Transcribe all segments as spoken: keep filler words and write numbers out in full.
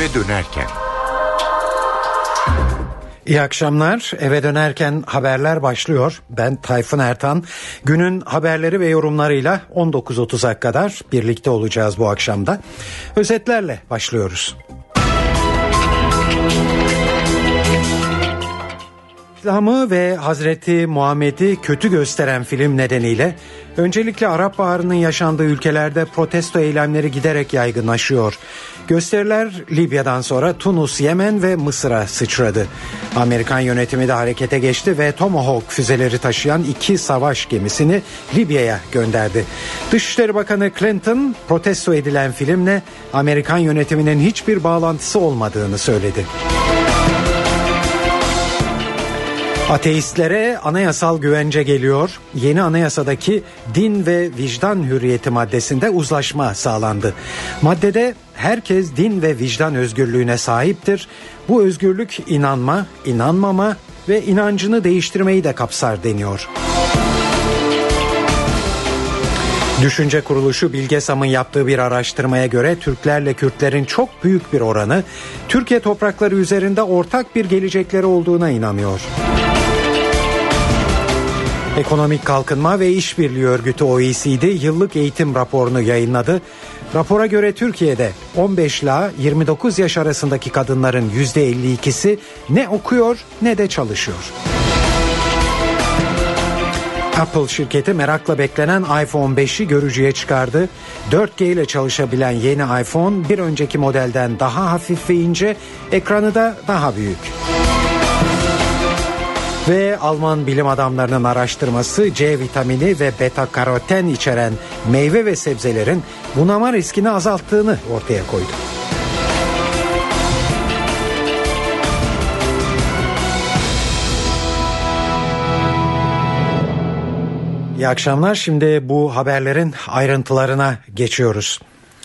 Eve dönerken. İyi akşamlar. Eve dönerken haberler başlıyor. Ben Tayfun Ertan. Günün haberleri ve yorumlarıyla on dokuz otuza kadar birlikte olacağız bu akşamda. Özetlerle başlıyoruz. İslam'ı ve Hazreti Muhammed'i kötü gösteren film nedeniyle öncelikle Arap Baharı'nın yaşandığı ülkelerde protesto eylemleri giderek yaygınlaşıyor. Gösteriler Libya'dan sonra Tunus, Yemen ve Mısır'a sıçradı. Amerikan yönetimi de harekete geçti ve Tomahawk füzeleri taşıyan iki savaş gemisini Libya'ya gönderdi. Dışişleri Bakanı Clinton protesto edilen filmle Amerikan yönetiminin hiçbir bağlantısı olmadığını söyledi. Ateistlere anayasal güvence geliyor. Yeni anayasadaki din ve vicdan hürriyeti maddesinde uzlaşma sağlandı. Maddede herkes din ve vicdan özgürlüğüne sahiptir. Bu özgürlük inanma, inanmama ve inancını değiştirmeyi de kapsar deniyor. Düşünce Kuruluşu Bilgesam'ın yaptığı bir araştırmaya göre Türklerle Kürtlerin çok büyük bir oranı Türkiye toprakları üzerinde ortak bir gelecekleri olduğuna inanıyor. Ekonomik Kalkınma ve İşbirliği Örgütü O E C D yıllık eğitim raporunu yayınladı. Rapora göre Türkiye'de on beş ila yirmi dokuz yaş arasındaki kadınların yüzde elli ikisi ne okuyor ne de çalışıyor. Apple şirketi merakla beklenen iPhone beşi görücüye çıkardı. dört G ile çalışabilen yeni iPhone bir önceki modelden daha hafif ve ince, ekranı da daha büyük. Ve Alman bilim adamlarının araştırması C vitamini ve beta karoten içeren meyve ve sebzelerin bunama riskini azalttığını ortaya koydu. İyi akşamlar. Şimdi bu haberlerin ayrıntılarına geçiyoruz.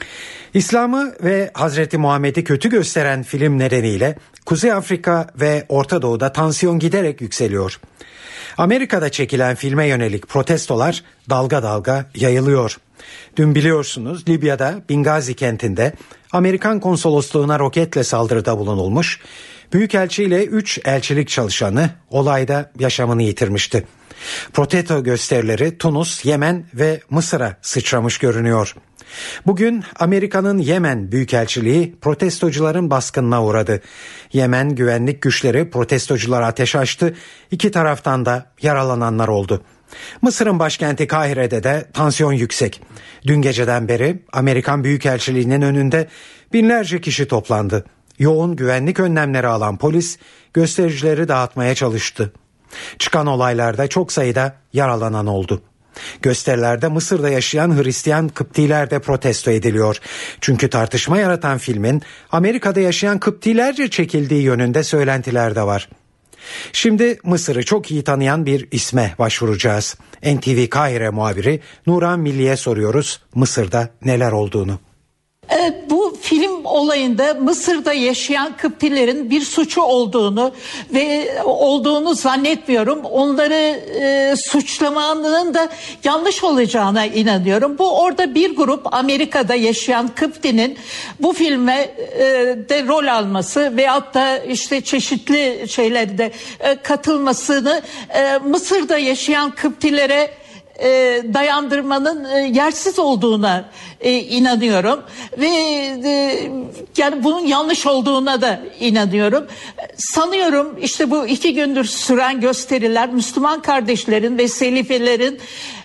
İslam'ı ve Hazreti Muhammed'i kötü gösteren film nedeniyle Kuzey Afrika ve Orta Doğu'da tansiyon giderek yükseliyor. Amerika'da çekilen filme yönelik protestolar dalga dalga yayılıyor. Dün biliyorsunuz Libya'da Bingazi kentinde Amerikan konsolosluğuna roketle saldırıda bulunulmuş. Büyükelçi ile üç elçilik çalışanı olayda yaşamını yitirmişti. Protesto gösterileri Tunus, Yemen ve Mısır'a sıçramış görünüyor. Bugün Amerika'nın Yemen Büyükelçiliği protestocuların baskınına uğradı. Yemen güvenlik güçleri protestoculara ateş açtı. İki taraftan da yaralananlar oldu. Mısır'ın başkenti Kahire'de de tansiyon yüksek. Dün geceden beri Amerikan Büyükelçiliği'nin önünde binlerce kişi toplandı. Yoğun güvenlik önlemleri alan polis göstericileri dağıtmaya çalıştı. Çıkan olaylarda çok sayıda yaralanan oldu. Gösterilerde Mısır'da yaşayan Hristiyan Kıptiler de protesto ediliyor. Çünkü tartışma yaratan filmin Amerika'da yaşayan Kıptilerce çekildiği yönünde söylentiler de var. Şimdi Mısır'ı çok iyi tanıyan bir isme başvuracağız. N T V Kahire muhabiri Nuran Milli'ye soruyoruz Mısır'da neler olduğunu. Evet, bu film olayında Mısır'da yaşayan Kıptilerin bir suçu olduğunu ve olduğunu zannetmiyorum. Onları e, suçlamanın da yanlış olacağına inanıyorum. Bu orada bir grup Amerika'da yaşayan Kıpti'nin bu filme e, de rol alması veyahut da işte çeşitli şeylerde e, katılmasını e, Mısır'da yaşayan Kıptilere E, dayandırmanın e, yersiz olduğuna e, inanıyorum ve e, yani bunun yanlış olduğuna da inanıyorum. Sanıyorum işte bu iki gündür süren gösteriler Müslüman kardeşlerin ve selifelerin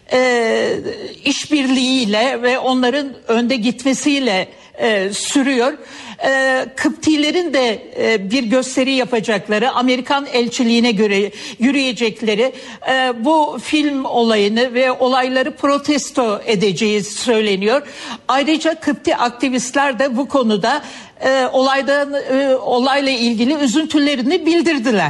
e, işbirliğiyle ve onların önde gitmesiyle e, sürüyor. E, Kıptilerin de e, bir gösteri yapacakları, Amerikan elçiliğine göre yürüyecekleri e, bu film olayını ve olayları protesto edeceği söyleniyor. Ayrıca Kıpti aktivistler de bu konuda e, olaydan e, olayla ilgili üzüntülerini bildirdiler.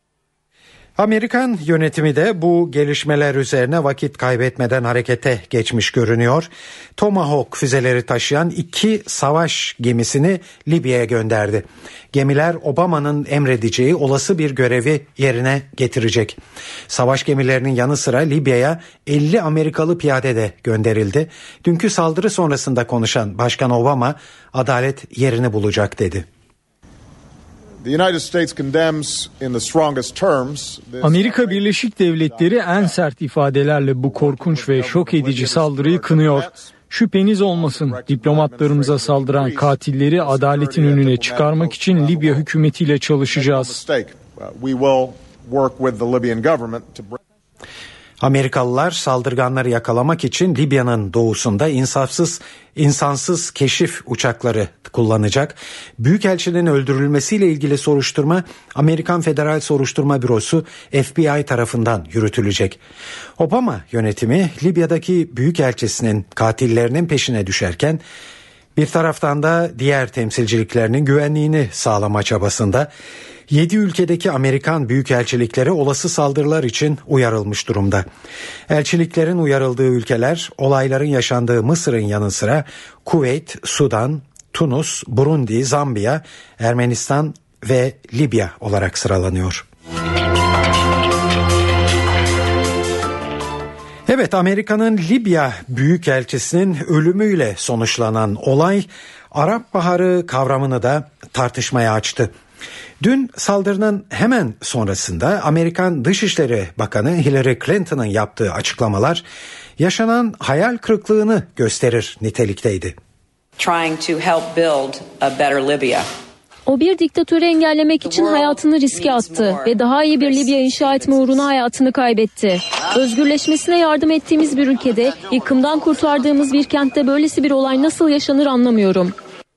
Amerikan yönetimi de bu gelişmeler üzerine vakit kaybetmeden harekete geçmiş görünüyor. Tomahawk füzeleri taşıyan iki savaş gemisini Libya'ya gönderdi. Gemiler Obama'nın emredeceği olası bir görevi yerine getirecek. Savaş gemilerinin yanı sıra Libya'ya elli Amerikalı piyade de gönderildi. Dünkü saldırı sonrasında konuşan Başkan Obama, adalet yerini bulacak dedi. Amerika Birleşik Devletleri en sert ifadelerle bu korkunç ve şok edici saldırıyı kınıyor. Şüpheniz olmasın, diplomatlarımıza saldıran katilleri adaletin önüne çıkarmak için Libya hükümetiyle çalışacağız. Amerikalılar saldırganları yakalamak için Libya'nın doğusunda insafsız, insansız keşif uçakları kullanacak. Büyükelçinin öldürülmesiyle ilgili soruşturma Amerikan Federal Soruşturma Bürosu F B I tarafından yürütülecek. Obama yönetimi Libya'daki büyükelçisinin katillerinin peşine düşerken bir taraftan da diğer temsilciliklerinin güvenliğini sağlama çabasında. Yedi ülkedeki Amerikan büyükelçilikleri olası saldırılar için uyarılmış durumda. Elçiliklerin uyarıldığı ülkeler olayların yaşandığı Mısır'ın yanı sıra Kuveyt, Sudan, Tunus, Burundi, Zambiya, Ermenistan ve Libya olarak sıralanıyor. Evet, Amerika'nın Libya büyükelçisinin ölümüyle sonuçlanan olay Arap Baharı kavramını da tartışmaya açtı. Dün saldırının hemen sonrasında Amerikan Dışişleri Bakanı Hillary Clinton'ın yaptığı açıklamalar yaşanan hayal kırıklığını gösterir nitelikteydi. Trying to help build a better Libya. O bir diktatörü engellemek için hayatını riske attı ve daha iyi bir Libya inşa etme uğruna hayatını kaybetti. Özgürleşmesine yardım ettiğimiz bir ülkede, yıkımdan kurtardığımız bir kentte böylesi bir olay nasıl yaşanır anlamıyorum.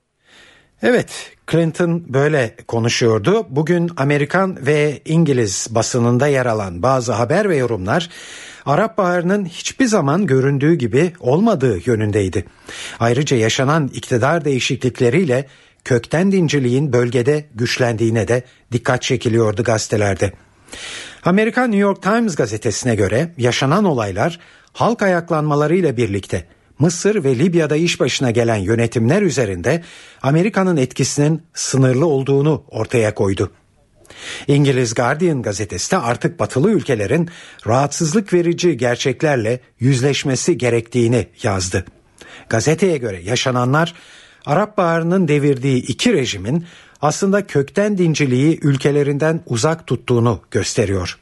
Evet, Clinton böyle konuşuyordu. Bugün Amerikan ve İngiliz basınında yer alan bazı haber ve yorumlar Arap Baharı'nın hiçbir zaman göründüğü gibi olmadığı yönündeydi. Ayrıca yaşanan iktidar değişiklikleriyle kökten dinciliğin bölgede güçlendiğine de dikkat çekiliyordu gazetelerde. Amerikan New York Times gazetesine göre yaşanan olaylar halk ayaklanmalarıyla birlikte Mısır ve Libya'da iş başına gelen yönetimler üzerinde Amerika'nın etkisinin sınırlı olduğunu ortaya koydu. İngiliz Guardian gazetesi de artık batılı ülkelerin rahatsızlık verici gerçeklerle yüzleşmesi gerektiğini yazdı. Gazeteye göre yaşananlar Arap Baharı'nın devirdiği iki rejimin aslında kökten dinciliği ülkelerinden uzak tuttuğunu gösteriyor.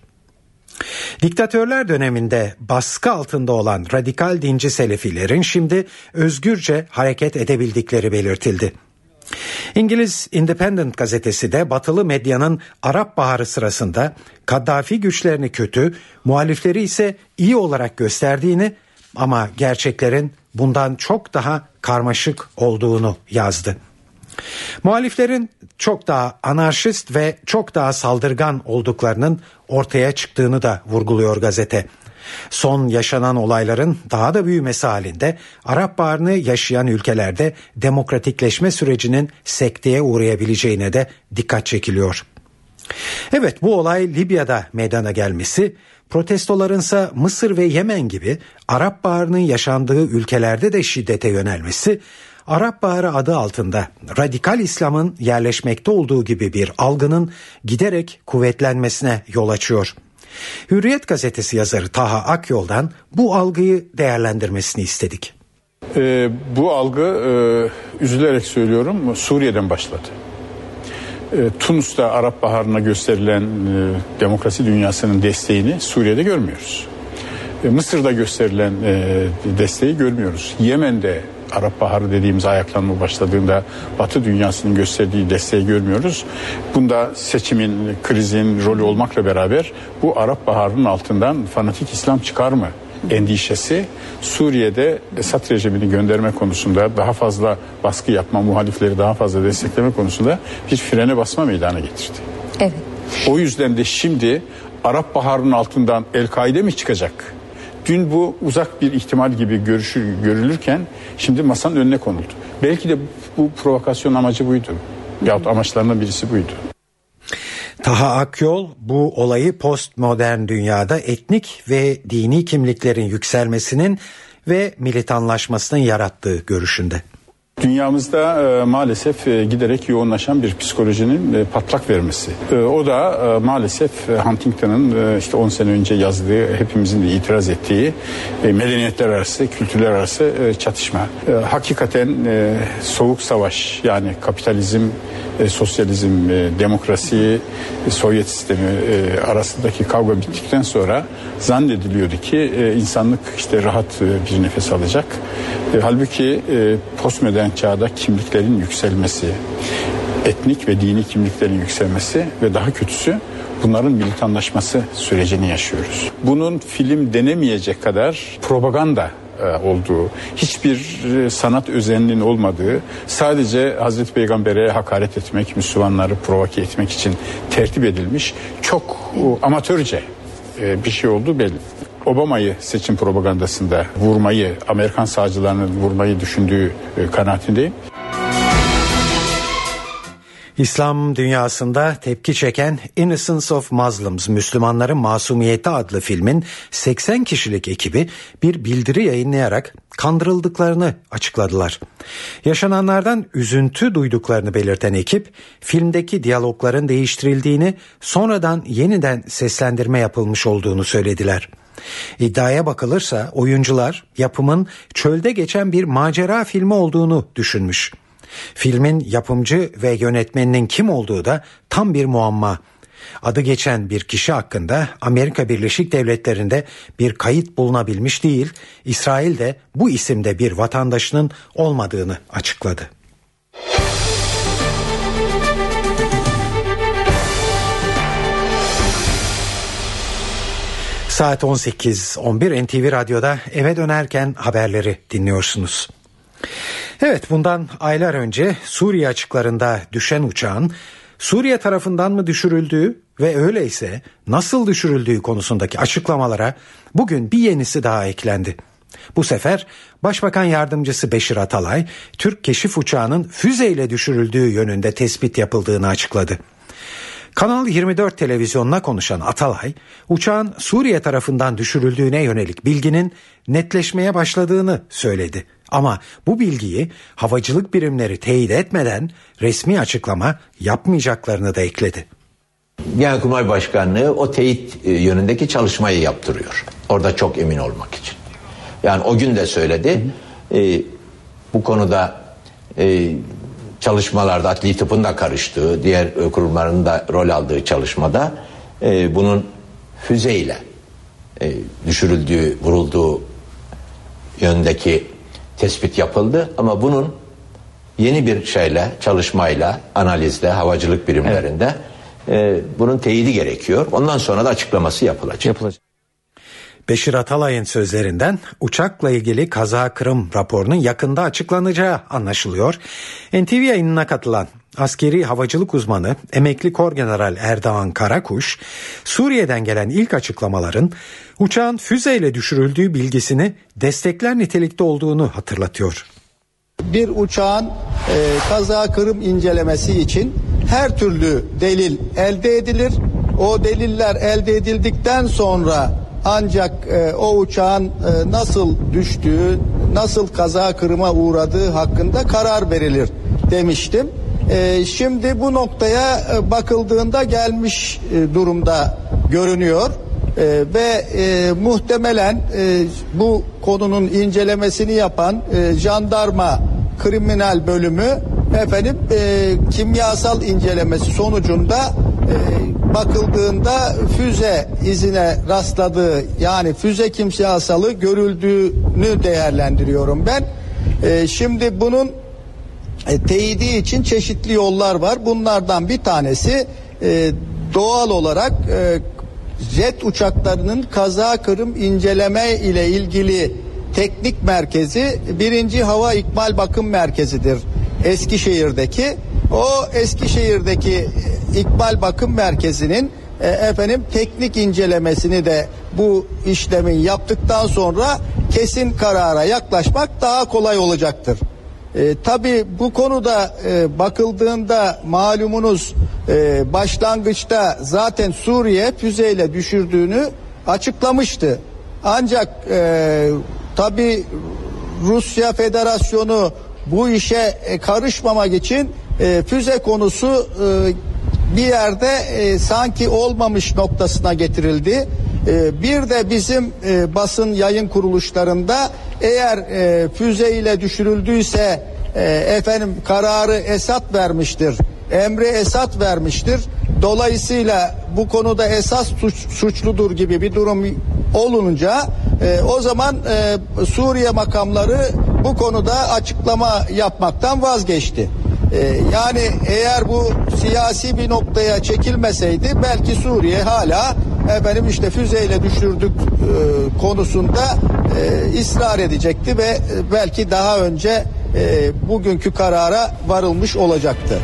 Diktatörler döneminde baskı altında olan radikal dinci Selefilerin şimdi özgürce hareket edebildikleri belirtildi. İngiliz Independent gazetesi de batılı medyanın Arap Baharı sırasında Kaddafi güçlerini kötü, muhalifleri ise iyi olarak gösterdiğini ama gerçeklerin bundan çok daha karmaşık olduğunu yazdı. Muhaliflerin çok daha anarşist ve çok daha saldırgan olduklarının ortaya çıktığını da vurguluyor gazete. Son yaşanan olayların daha da büyümesi halinde Arap Baharı'nı yaşayan ülkelerde demokratikleşme sürecinin sekteye uğrayabileceğine de dikkat çekiliyor. Evet, bu olay Libya'da meydana gelmesi, protestolarınsa Mısır ve Yemen gibi Arap Baharı'nın yaşandığı ülkelerde de şiddete yönelmesi, Arap Baharı adı altında radikal İslam'ın yerleşmekte olduğu gibi bir algının giderek kuvvetlenmesine yol açıyor. Hürriyet gazetesi yazarı Taha Akyol'dan bu algıyı değerlendirmesini istedik. Ee, bu algı e, üzülerek söylüyorum Suriye'den başladı. E, Tunus'ta Arap Baharı'na gösterilen e, demokrasi dünyasının desteğini Suriye'de görmüyoruz. E, Mısır'da gösterilen e, desteği görmüyoruz. Yemen'de Arap Baharı dediğimiz ayaklanma başladığında Batı dünyasının gösterdiği desteği görmüyoruz. Bunda seçimin, krizin rolü olmakla beraber bu Arap Baharı'nın altından fanatik İslam çıkar mı endişesi Suriye'de Esad rejimini gönderme konusunda daha fazla baskı yapma, muhalifleri daha fazla destekleme konusunda bir frene basma meydana getirdi. Evet. O yüzden de şimdi Arap Baharı'nın altından El-Kaide mi çıkacak? Dün bu uzak bir ihtimal gibi görüşü, görülürken şimdi masanın önüne konuldu. Belki de bu provokasyon amacı buydu. Yahut amaçlarından birisi buydu. Taha Akyol bu olayı postmodern dünyada etnik ve dini kimliklerin yükselmesinin ve militanlaşmasının yarattığı görüşünde. Dünyamızda e, maalesef e, giderek yoğunlaşan bir psikolojinin e, patlak vermesi. E, o da e, maalesef e, Huntington'ın e, işte on sene önce yazdığı, hepimizin de itiraz ettiği e, medeniyetler arası, kültürler arası e, çatışma. E, hakikaten e, soğuk savaş, yani kapitalizm, e, sosyalizm, e, demokrasi, e, Sovyet sistemi e, arasındaki kavga bittikten sonra zannediliyordu ki e, insanlık işte rahat e, bir nefes alacak. E, halbuki e, postmodern çağda kimliklerin yükselmesi, etnik ve dini kimliklerin yükselmesi ve daha kötüsü bunların militanlaşması sürecini yaşıyoruz. Bunun film denemeyecek kadar propaganda olduğu, hiçbir sanat özenliğinin olmadığı, sadece Hazreti Peygamber'e hakaret etmek, Müslümanları provoke etmek için tertip edilmiş çok amatörce bir şey olduğu belli. Obama'yı seçim propagandasında vurmayı, Amerikan sağcılarının vurmayı düşündüğü kanaatindeyim. İslam dünyasında tepki çeken Innocence of Muslims, Müslümanların Masumiyeti adlı filmin seksen kişilik ekibi bir bildiri yayınlayarak kandırıldıklarını açıkladılar. Yaşananlardan üzüntü duyduklarını belirten ekip, filmdeki diyalogların değiştirildiğini, sonradan yeniden seslendirme yapılmış olduğunu söylediler. İddiaya bakılırsa oyuncular yapımın çölde geçen bir macera filmi olduğunu düşünmüş. Filmin yapımcı ve yönetmeninin kim olduğu da tam bir muamma. Adı geçen bir kişi hakkında Amerika Birleşik Devletleri'nde bir kayıt bulunabilmiş değil, İsrail de bu isimde bir vatandaşının olmadığını açıkladı. Saat on sekiz on bir N T V Radyo'da eve dönerken haberleri dinliyorsunuz. Evet, bundan aylar önce Suriye açıklarında düşen uçağın Suriye tarafından mı düşürüldüğü ve öyleyse nasıl düşürüldüğü konusundaki açıklamalara bugün bir yenisi daha eklendi. Bu sefer Başbakan Yardımcısı Beşir Atalay, Türk keşif uçağının füzeyle düşürüldüğü yönünde tespit yapıldığını açıkladı. Kanal yirmi dört televizyonuna konuşan Atalay, uçağın Suriye tarafından düşürüldüğüne yönelik bilginin netleşmeye başladığını söyledi. Ama bu bilgiyi havacılık birimleri teyit etmeden resmi açıklama yapmayacaklarını da ekledi. Genelkurmay Başkanlığı o teyit yönündeki çalışmayı yaptırıyor. Orada çok emin olmak için. Yani o gün de söyledi. E, bu konuda e, çalışmalarda Adli Tıp'ın da karıştığı, diğer kurumların da rol aldığı çalışmada e, bunun füzeyle e, düşürüldüğü, vurulduğu yönündeki tespit yapıldı. Ama bunun yeni bir şeyle, çalışmayla, analizle, havacılık birimlerinde evet. e, bunun teyidi gerekiyor. Ondan sonra da açıklaması yapılacak. yapılacak. Beşir Atalay'ın sözlerinden uçakla ilgili kaza kırım raporunun yakında açıklanacağı anlaşılıyor. N T V yayınına katılan askeri havacılık uzmanı emekli Korgeneral Erdoğan Karakuş, Suriye'den gelen ilk açıklamaların uçağın füzeyle düşürüldüğü bilgisini destekler nitelikte olduğunu hatırlatıyor. Bir uçağın e, kaza kırım incelemesi için her türlü delil elde edilir. O deliller elde edildikten sonra ancak e, o uçağın e, nasıl düştüğü, nasıl kaza kırıma uğradığı hakkında karar verilir demiştim. E, şimdi bu noktaya e, bakıldığında gelmiş e, durumda görünüyor e, ve e, muhtemelen e, bu konunun incelemesini yapan e, jandarma kriminal bölümü efendim e, kimyasal incelemesi sonucunda e, bakıldığında füze izine rastladığı, yani füze kimyasalı görüldüğünü değerlendiriyorum ben. E, şimdi bunun e, teyidi için çeşitli yollar var. Bunlardan bir tanesi e, doğal olarak e, jet uçaklarının kaza kırım inceleme ile ilgili teknik merkezi birinci Hava İkmal Bakım Merkezi'dir Eskişehir'deki. O Eskişehir'deki İkmal Bakım Merkezi'nin e, efendim teknik incelemesini de bu işlemin yaptıktan sonra kesin karara yaklaşmak daha kolay olacaktır. E, tabii bu konuda e, bakıldığında malumunuz e, başlangıçta zaten Suriye füzeyle düşürdüğünü açıklamıştı. Ancak e, tabii Rusya Federasyonu bu işe karışmamak için füze konusu bir yerde sanki olmamış noktasına getirildi. Bir de bizim basın yayın kuruluşlarında eğer füze ile düşürüldüyse efendim kararı Esad vermiştir, emri Esad vermiştir. Dolayısıyla bu konuda esas suç, suçludur gibi bir durum olunca e, o zaman e, Suriye makamları bu konuda açıklama yapmaktan vazgeçti. E, yani eğer bu siyasi bir noktaya çekilmeseydi belki Suriye hala efendim işte füzeyle düşürdük e, konusunda e, ısrar edecekti ve e, belki daha önce e, bugünkü karara varılmış olacaktı.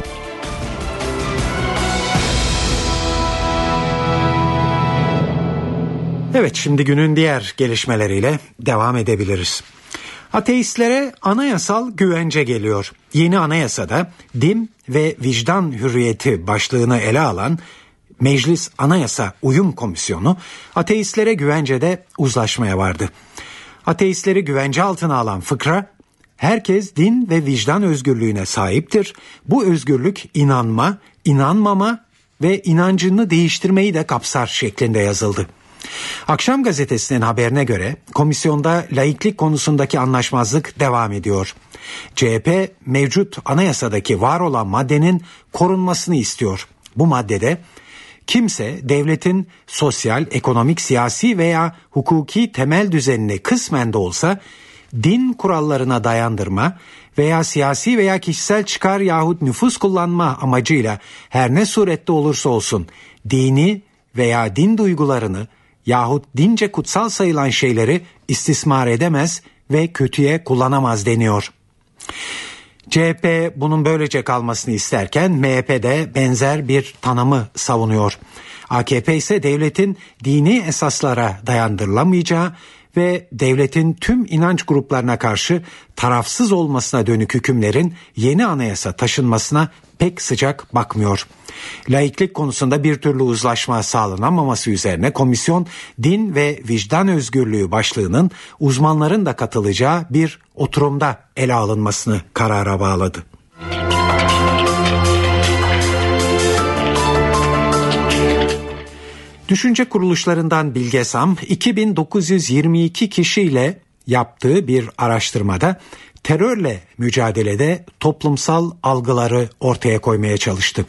Evet, şimdi günün diğer gelişmeleriyle devam edebiliriz. Ateistlere anayasal güvence geliyor. Yeni anayasada din ve vicdan hürriyeti başlığını ele alan Meclis Anayasa Uyum Komisyonu ateistlere güvencede uzlaşmaya vardı. Ateistleri güvence altına alan fıkra, herkes din ve vicdan özgürlüğüne sahiptir. Bu özgürlük inanma, inanmama ve inancını değiştirmeyi de kapsar şeklinde yazıldı. Akşam Gazetesi'nin haberine göre komisyonda laiklik konusundaki anlaşmazlık devam ediyor. C H P mevcut anayasadaki var olan maddenin korunmasını istiyor. Bu maddede kimse devletin sosyal, ekonomik, siyasi veya hukuki temel düzenini kısmen de olsa din kurallarına dayandırma veya siyasi veya kişisel çıkar yahut nüfuz kullanma amacıyla her ne surette olursa olsun dini veya din duygularını yahut dince kutsal sayılan şeyleri istismar edemez ve kötüye kullanamaz deniyor. C H P bunun böylece kalmasını isterken M H P de benzer bir tanımı savunuyor. A K P ise devletin dini esaslara dayandırılamayacağı ve devletin tüm inanç gruplarına karşı tarafsız olmasına dönük hükümlerin yeni anayasa taşınmasına pek sıcak bakmıyor. Laiklik konusunda bir türlü uzlaşma sağlanamaması üzerine komisyon din ve vicdan özgürlüğü başlığının uzmanların da katılacağı bir oturumda ele alınmasını karara bağladı. Düşünce kuruluşlarından Bilgesam iki bin dokuz yüz yirmi iki kişiyle yaptığı bir araştırmada terörle mücadelede toplumsal algıları ortaya koymaya çalıştı.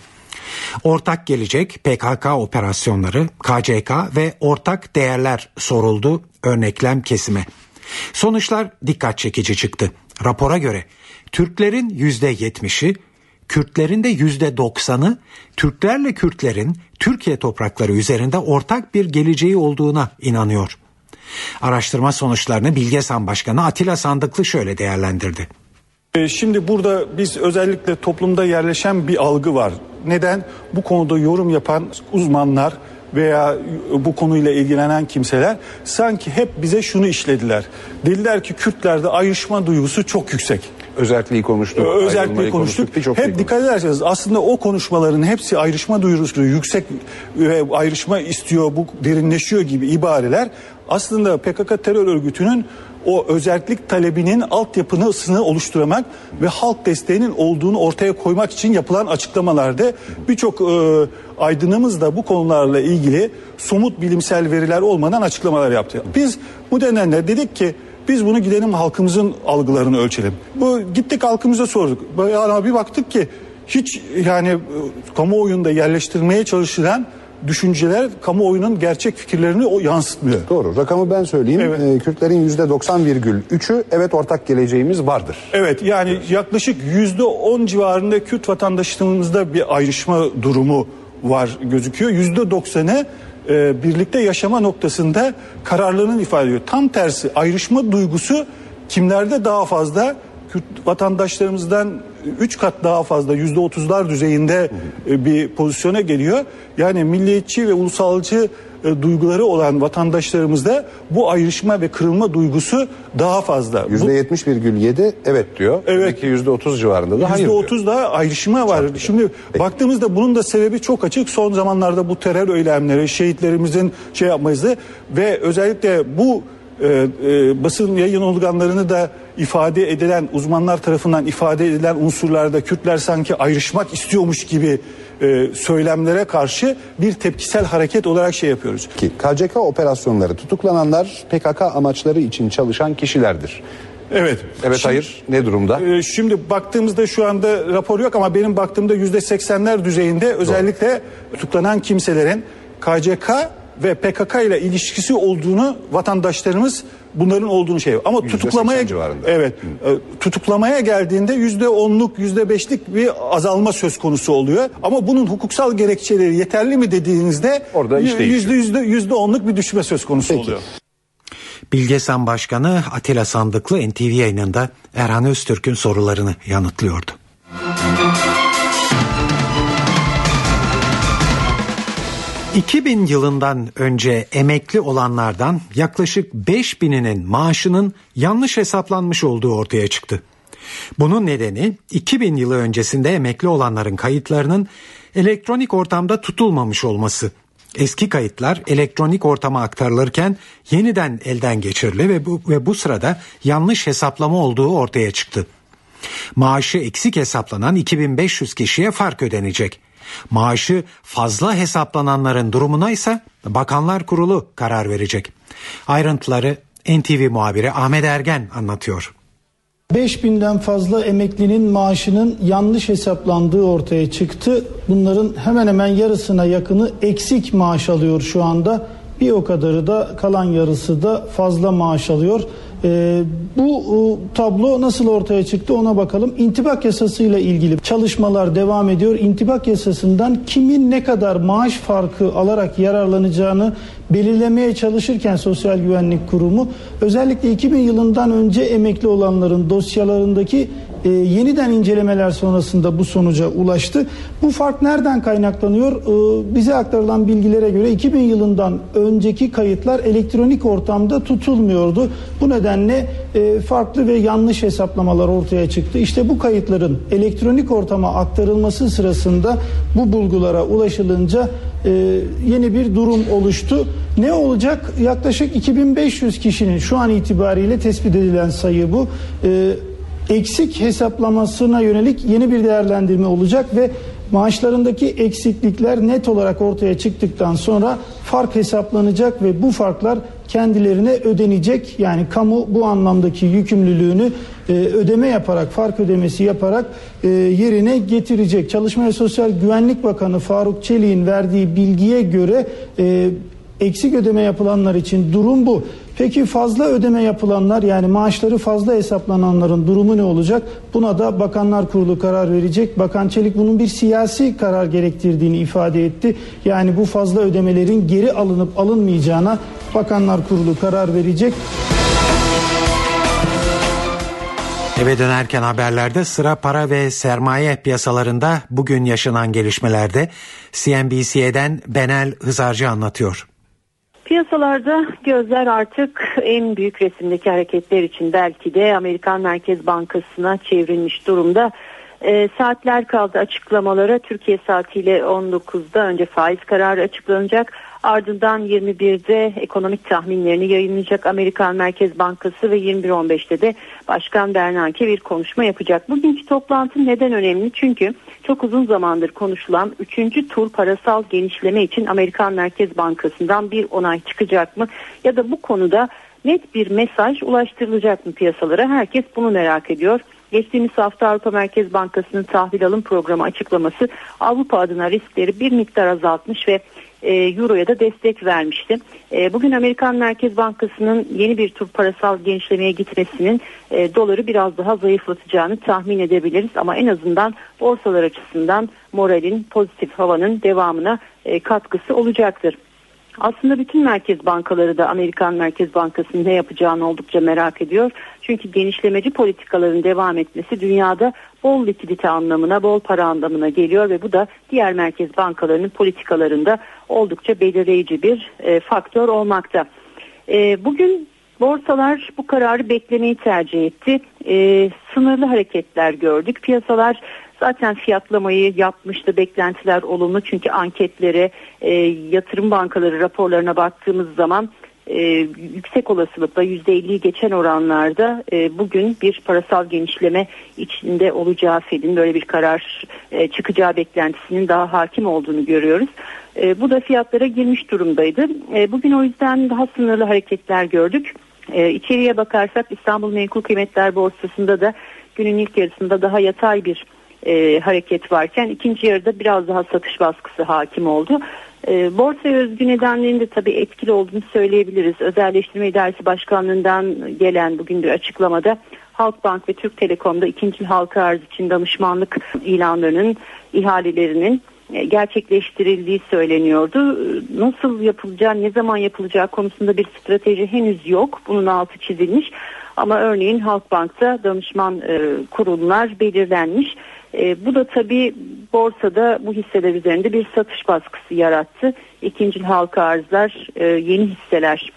Ortak gelecek, P K K operasyonları, K C K ve ortak değerler soruldu örneklem kesime. Sonuçlar dikkat çekici çıktı. Rapora göre Türklerin yüzde yetmişi, Kürtlerin de yüzde doksanı Türklerle Kürtlerin Türkiye toprakları üzerinde ortak bir geleceği olduğuna inanıyor. Araştırma sonuçlarını Bilgesan Başkanı Atilla Sandıklı şöyle değerlendirdi. Şimdi burada biz özellikle toplumda yerleşen bir algı var. Neden? Bu konuda yorum yapan uzmanlar veya bu konuyla ilgilenen kimseler sanki hep bize şunu işlediler. Dediler ki Kürtlerde ayrışma duygusu çok yüksek. Özelliği konuştuk. Özelliği konuştuk. konuştuk hep dikkat ederseniz aslında o konuşmaların hepsi ayrışma duygusu yüksek ve ayrışma istiyor, bu derinleşiyor gibi ibareler aslında P K K terör örgütünün o özellik talebinin altyapısını oluşturmak ve halk desteğinin olduğunu ortaya koymak için yapılan açıklamalarda birçok e, aydınımız da bu konularla ilgili somut bilimsel veriler olmadan açıklamalar yaptı. Biz bu nedenle dedik ki biz bunu gidelim halkımızın algılarını ölçelim. Bu gittik halkımıza sorduk. Yani bir baktık ki hiç yani kamuoyunda yerleştirmeye çalışılan düşünceler kamuoyunun gerçek fikirlerini o yansıtmıyor. Doğru. Rakamı ben söyleyeyim. Evet. Ee, Kürtlerin yüzde doksan virgül üçü evet ortak geleceğimiz vardır. Evet, yani yaklaşık yüzde on civarında Kürt vatandaşlarımızda bir ayrışma durumu var gözüküyor. Yüzde doksanı e, birlikte yaşama noktasında kararlılığını ifade ediyor. Tam tersi ayrışma duygusu kimlerde daha fazla? Kürt vatandaşlarımızdan üç kat daha fazla yüzde otuzlar düzeyinde bir pozisyona geliyor. Yani milliyetçi ve ulusalcı duyguları olan vatandaşlarımızda bu ayrışma ve kırılma duygusu daha fazla. yüzde yetmiş virgül yedi evet diyor. Evet. Peki yüzde otuz civarında da hayır diyor. yüzde otuz da ayrışma var. Çok Şimdi Peki. baktığımızda bunun da sebebi çok açık. Son zamanlarda bu terör eylemleri, şehitlerimizin şey yapması ve özellikle bu e, e, basın yayın organlarını da ifade edilen, uzmanlar tarafından ifade edilen unsurlarda Kürtler sanki ayrışmak istiyormuş gibi e, söylemlere karşı bir tepkisel hareket olarak şey yapıyoruz. Ki K C K operasyonları, tutuklananlar P K K amaçları için çalışan kişilerdir. Evet. Evet, şimdi, hayır. Ne durumda? E, şimdi baktığımızda şu anda rapor yok ama benim baktığımda yüzde seksenler düzeyinde özellikle Doğru. tutuklanan kimselerin K C K ve P K K ile ilişkisi olduğunu vatandaşlarımız bunların olduğunu şey. Ama tutuklamaya evet Hı. tutuklamaya geldiğinde yüzde onluk yüzde beşlik bir azalma söz konusu oluyor. Ama bunun hukuksal gerekçeleri yeterli mi dediğinizde orada yüzde yüzde yüzde onluk bir düşme söz konusu Peki. oluyor. Bilgesan Başkanı Atilla Sandıklı N T V yayınında Erhan Öztürk'ün sorularını yanıtlıyordu. iki bin yılından önce emekli olanlardan yaklaşık beş bininin maaşının yanlış hesaplanmış olduğu ortaya çıktı. Bunun nedeni iki bin yılı öncesinde emekli olanların kayıtlarının elektronik ortamda tutulmamış olması. Eski kayıtlar elektronik ortama aktarılırken yeniden elden geçirildi ve bu, ve bu sırada yanlış hesaplama olduğu ortaya çıktı. Maaşı eksik hesaplanan iki bin beş yüz kişiye fark ödenecek. Maaşı fazla hesaplananların durumuna ise Bakanlar Kurulu karar verecek. Ayrıntıları N T V muhabiri Ahmet Ergen anlatıyor. beş binden fazla emeklinin maaşının yanlış hesaplandığı ortaya çıktı. Bunların hemen hemen yarısına yakını eksik maaş alıyor şu anda. Bir o kadarı da, kalan yarısı da fazla maaş alıyor. Ee, bu e, tablo nasıl ortaya çıktı ona bakalım. İntibak yasasıyla ilgili çalışmalar devam ediyor. İntibak yasasından kimin ne kadar maaş farkı alarak yararlanacağını belirlemeye çalışırken Sosyal Güvenlik Kurumu özellikle iki bin yılından önce emekli olanların dosyalarındaki e, yeniden incelemeler sonrasında bu sonuca ulaştı. Bu fark nereden kaynaklanıyor? E, bize aktarılan bilgilere göre iki bin yılından önceki kayıtlar elektronik ortamda tutulmuyordu. Bu nedenle e, farklı ve yanlış hesaplamalar ortaya çıktı. İşte bu kayıtların elektronik ortama aktarılması sırasında bu bulgulara ulaşılınca e, yeni bir durum oluştu. Ne olacak? Yaklaşık iki bin beş yüz kişinin şu an itibariyle tespit edilen sayı bu. E, eksik hesaplamasına yönelik yeni bir değerlendirme olacak ve maaşlarındaki eksiklikler net olarak ortaya çıktıktan sonra fark hesaplanacak ve bu farklar kendilerine ödenecek. Yani kamu bu anlamdaki yükümlülüğünü e, ödeme yaparak, fark ödemesi yaparak e, yerine getirecek. Çalışma ve Sosyal Güvenlik Bakanı Faruk Çelik'in verdiği bilgiye göre e, eksik ödeme yapılanlar için durum bu. Peki fazla ödeme yapılanlar, yani maaşları fazla hesaplananların durumu ne olacak? Buna da Bakanlar Kurulu karar verecek. Bakan Çelik bunun bir siyasi karar gerektirdiğini ifade etti. Yani bu fazla ödemelerin geri alınıp alınmayacağına Bakanlar Kurulu karar verecek. Eve dönerken haberlerde sıra para ve sermaye piyasalarında bugün yaşanan gelişmelerde C N B C'den Benel Hızarcı anlatıyor. Piyasalarda gözler artık en büyük resimdeki hareketler için belki de Amerikan Merkez Bankası'na çevrilmiş durumda. E, saatler kaldı açıklamalara. Türkiye saatiyle on dokuzda önce faiz kararı açıklanacak. Ardından yirmi birde ekonomik tahminlerini yayınlayacak Amerikan Merkez Bankası ve yirmi bir on beşte de Başkan Bernanke bir konuşma yapacak. Bugünkü toplantı neden önemli? Çünkü çok uzun zamandır konuşulan üçüncü tur parasal genişleme için Amerikan Merkez Bankası'ndan bir onay çıkacak mı? Ya da bu konuda net bir mesaj ulaştırılacak mı piyasalara? Herkes bunu merak ediyor. Geçtiğimiz hafta Avrupa Merkez Bankası'nın tahvil alım programı açıklaması Avrupa adına riskleri bir miktar azaltmış ve e, Euro'ya da destek vermişti. E, bugün Amerikan Merkez Bankası'nın yeni bir tur parasal genişlemeye gitmesinin e, doları biraz daha zayıflatacağını tahmin edebiliriz. Ama en azından borsalar açısından moralin, pozitif havanın devamına e, katkısı olacaktır. Aslında bütün merkez bankaları da Amerikan Merkez Bankası'nın ne yapacağını oldukça merak ediyor. Çünkü genişlemeci politikaların devam etmesi dünyada bol likidite anlamına, bol para anlamına geliyor ve bu da diğer merkez bankalarının politikalarında oldukça belirleyici bir e, faktör olmakta. E, bugün borsalar bu kararı beklemeyi tercih etti. E, sınırlı hareketler gördük. Piyasalar zaten fiyatlamayı yapmıştı, beklentiler olumlu çünkü anketlere, e, yatırım bankaları raporlarına baktığımız zaman e, yüksek olasılıkla yüzde elliyi geçen oranlarda e, bugün bir parasal genişleme içinde olacağı, Fed'in böyle bir karar e, çıkacağı beklentisinin daha hakim olduğunu görüyoruz. E, bu da fiyatlara girmiş durumdaydı. E, bugün o yüzden daha sınırlı hareketler gördük. E, içeriye bakarsak İstanbul Menkul Kıymetler Borsası'nda da günün ilk yarısında daha yatay bir e, hareket varken ikinci yarıda biraz daha satış baskısı hakim oldu. E, borsaya özgü nedenlerinin de tabii etkili olduğunu söyleyebiliriz. Özelleştirme İdaresi Başkanlığı'ndan gelen bugün bir açıklamada Halkbank ve Türk Telekom'da ikinci halka arz için danışmanlık ilanlarının, ihalelerinin gerçekleştirildiği söyleniyordu. Nasıl yapılacağı, ne zaman yapılacağı konusunda bir strateji henüz yok. Bunun altı çizilmiş. Ama örneğin Halkbank'ta danışman e, kurullar belirlenmiş. E, bu da tabii borsada bu hisseler üzerinde bir satış baskısı yarattı. İkinci halka arzlar, e, yeni hisseler